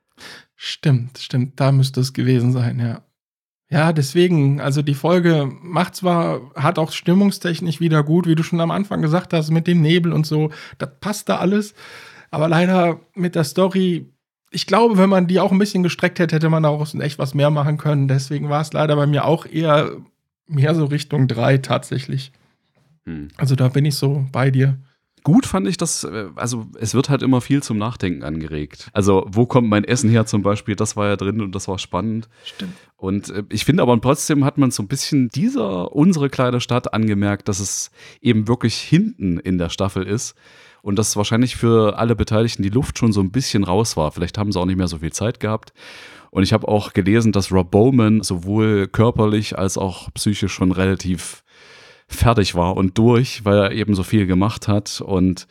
Stimmt, stimmt. Da müsste es gewesen sein, ja. Ja, deswegen, also die Folge macht zwar, hat auch stimmungstechnisch wieder gut, wie du schon am Anfang gesagt hast, mit dem Nebel und so, das passt da alles. Aber leider mit der Story, ich glaube, wenn man die auch ein bisschen gestreckt hätte, hätte man auch echt was mehr machen können. Deswegen war es leider bei mir auch eher mehr so Richtung drei tatsächlich. Hm. Also da bin ich so bei dir. Gut fand ich das, also es wird halt immer viel zum Nachdenken angeregt. Also wo kommt mein Essen her zum Beispiel, das war ja drin und das war spannend. Stimmt. Und ich finde aber trotzdem hat man so ein bisschen dieser, unsere kleine Stadt angemerkt, dass es eben wirklich hinten in der Staffel ist und dass wahrscheinlich für alle Beteiligten die Luft schon so ein bisschen raus war. Vielleicht haben sie auch nicht mehr so viel Zeit gehabt. Und ich habe auch gelesen, dass Rob Bowman sowohl körperlich als auch psychisch schon relativ fertig war und durch, weil er eben so viel gemacht hat und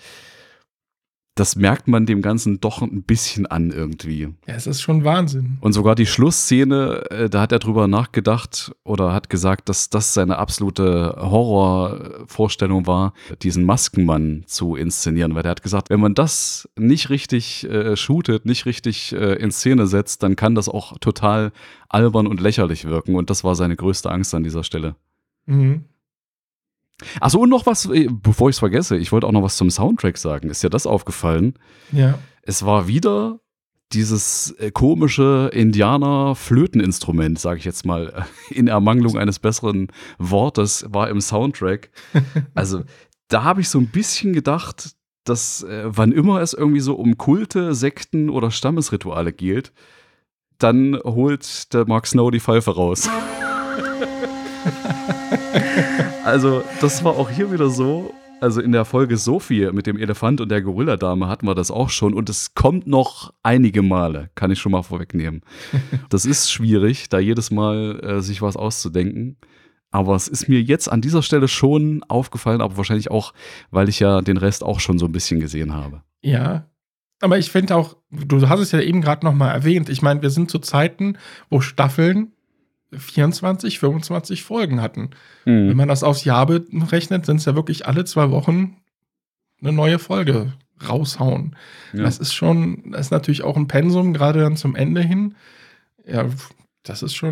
das merkt man dem Ganzen doch ein bisschen an irgendwie. Ja, es ist schon Wahnsinn. Und sogar die Schlussszene, da hat er drüber nachgedacht oder hat gesagt, dass das seine absolute Horrorvorstellung war, diesen Maskenmann zu inszenieren, weil er hat gesagt, wenn man das nicht richtig äh, shootet, nicht richtig äh, in Szene setzt, dann kann das auch total albern und lächerlich wirken und das war seine größte Angst an dieser Stelle. Mhm. Achso, und noch was, bevor ich es vergesse, ich wollte auch noch was zum Soundtrack sagen. Ist dir das aufgefallen? Ja. Es war wieder dieses komische Indianer-Flöteninstrument, sage ich jetzt mal, in Ermangelung eines besseren Wortes, war im Soundtrack. Also da habe ich so ein bisschen gedacht, dass äh, wann immer es irgendwie so um Kulte, Sekten oder Stammesrituale geht, dann holt der Mark Snow die Pfeife raus. Also, das war auch hier wieder so. Also in der Folge Sophie mit dem Elefant und der Gorilladame hatten wir das auch schon. Und es kommt noch einige Male, kann ich schon mal vorwegnehmen. Das ist schwierig, da jedes Mal äh, sich was auszudenken. Aber es ist mir jetzt an dieser Stelle schon aufgefallen, aber wahrscheinlich auch, weil ich ja den Rest auch schon so ein bisschen gesehen habe. Ja, aber ich finde auch, du hast es ja eben gerade noch mal erwähnt, ich meine, wir sind zu Zeiten, wo Staffeln vierundzwanzig, fünfundzwanzig Folgen hatten. Mhm. Wenn man das aufs Jahr berechnet, sind es ja wirklich alle zwei Wochen eine neue Folge raushauen. Ja. Das ist schon, das ist natürlich auch ein Pensum, gerade dann zum Ende hin. Ja, das ist schon,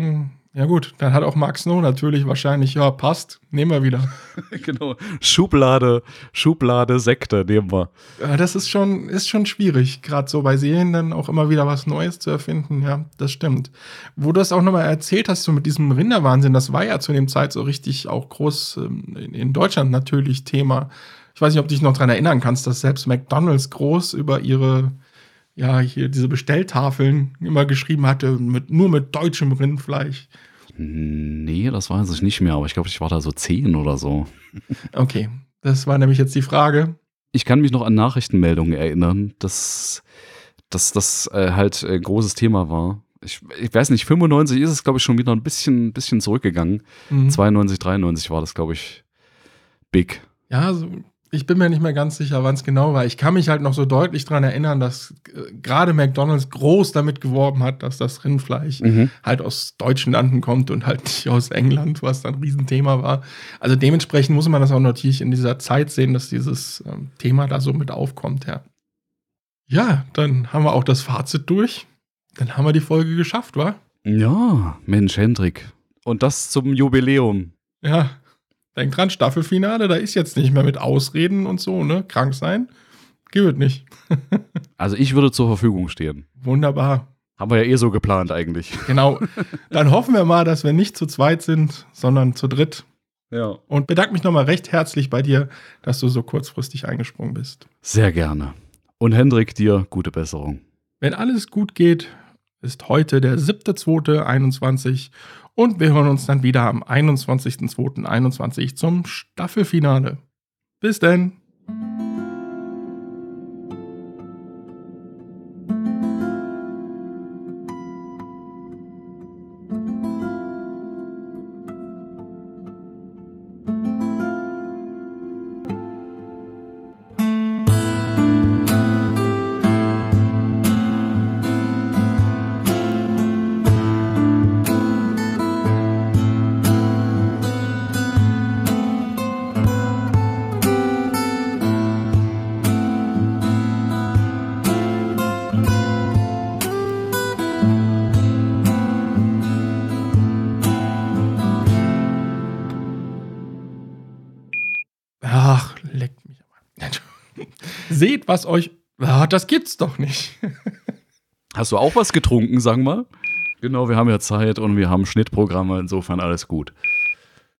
Ja gut, dann hat auch Mark Snow natürlich wahrscheinlich, ja, passt, nehmen wir wieder. Genau, Schublade, Schublade Sekte nehmen wir. Ja, das ist schon, ist schon schwierig, gerade so bei Serien dann auch immer wieder was Neues zu erfinden, ja, das stimmt. Wo du das auch nochmal erzählt hast, so mit diesem Rinderwahnsinn, das war ja zu dem Zeit so richtig auch groß ähm, in, in Deutschland natürlich Thema. Ich weiß nicht, ob du dich noch dran erinnern kannst, dass selbst McDonald's groß über ihre, ja, hier diese Bestelltafeln immer geschrieben hatte, mit, nur mit deutschem Rindfleisch. Nee, das weiß ich nicht mehr, aber ich glaube, ich war da so zehn oder so. Okay, das war nämlich jetzt die Frage. Ich kann mich noch an Nachrichtenmeldungen erinnern, dass, dass das äh, halt ein großes Thema war. Ich, ich weiß nicht, fünfundneunzig ist es, glaube ich, schon wieder ein bisschen, bisschen zurückgegangen. Mhm. zweiundneunzig, dreiundneunzig war das, glaube ich, big. Ja, so. Ich bin mir nicht mehr ganz sicher, wann es genau war. Ich kann mich halt noch so deutlich daran erinnern, dass äh, gerade McDonald's groß damit geworben hat, dass das Rindfleisch mhm. halt aus deutschen Landen kommt und halt nicht aus England, was dann ein Riesenthema war. Also dementsprechend muss man das auch natürlich in dieser Zeit sehen, dass dieses ähm, Thema da so mit aufkommt, ja. Ja, dann haben wir auch das Fazit durch. Dann haben wir die Folge geschafft, wa? Ja, Mensch, Hendrik. Und das zum Jubiläum. Ja. Denk dran, Staffelfinale, da ist jetzt nicht mehr mit Ausreden und so, ne? Krank sein, geht nicht. Also ich würde zur Verfügung stehen. Wunderbar. Haben wir ja eh so geplant eigentlich. Genau. Dann hoffen wir mal, dass wir nicht zu zweit sind, sondern zu dritt. Ja. Und bedanke mich nochmal recht herzlich bei dir, dass du so kurzfristig eingesprungen bist. Sehr gerne. Und Hendrik, dir gute Besserung. Wenn alles gut geht, ist heute der siebter zweiter einundzwanzig und wir hören uns dann wieder am einundzwanzigster zweiter einundzwanzig zum Staffelfinale. Bis denn! Ach, leckt mich aber. Seht, was euch... Ah, das gibt's doch nicht. Hast du auch was getrunken, sagen wir? Genau, wir haben ja Zeit und wir haben Schnittprogramme, insofern alles gut.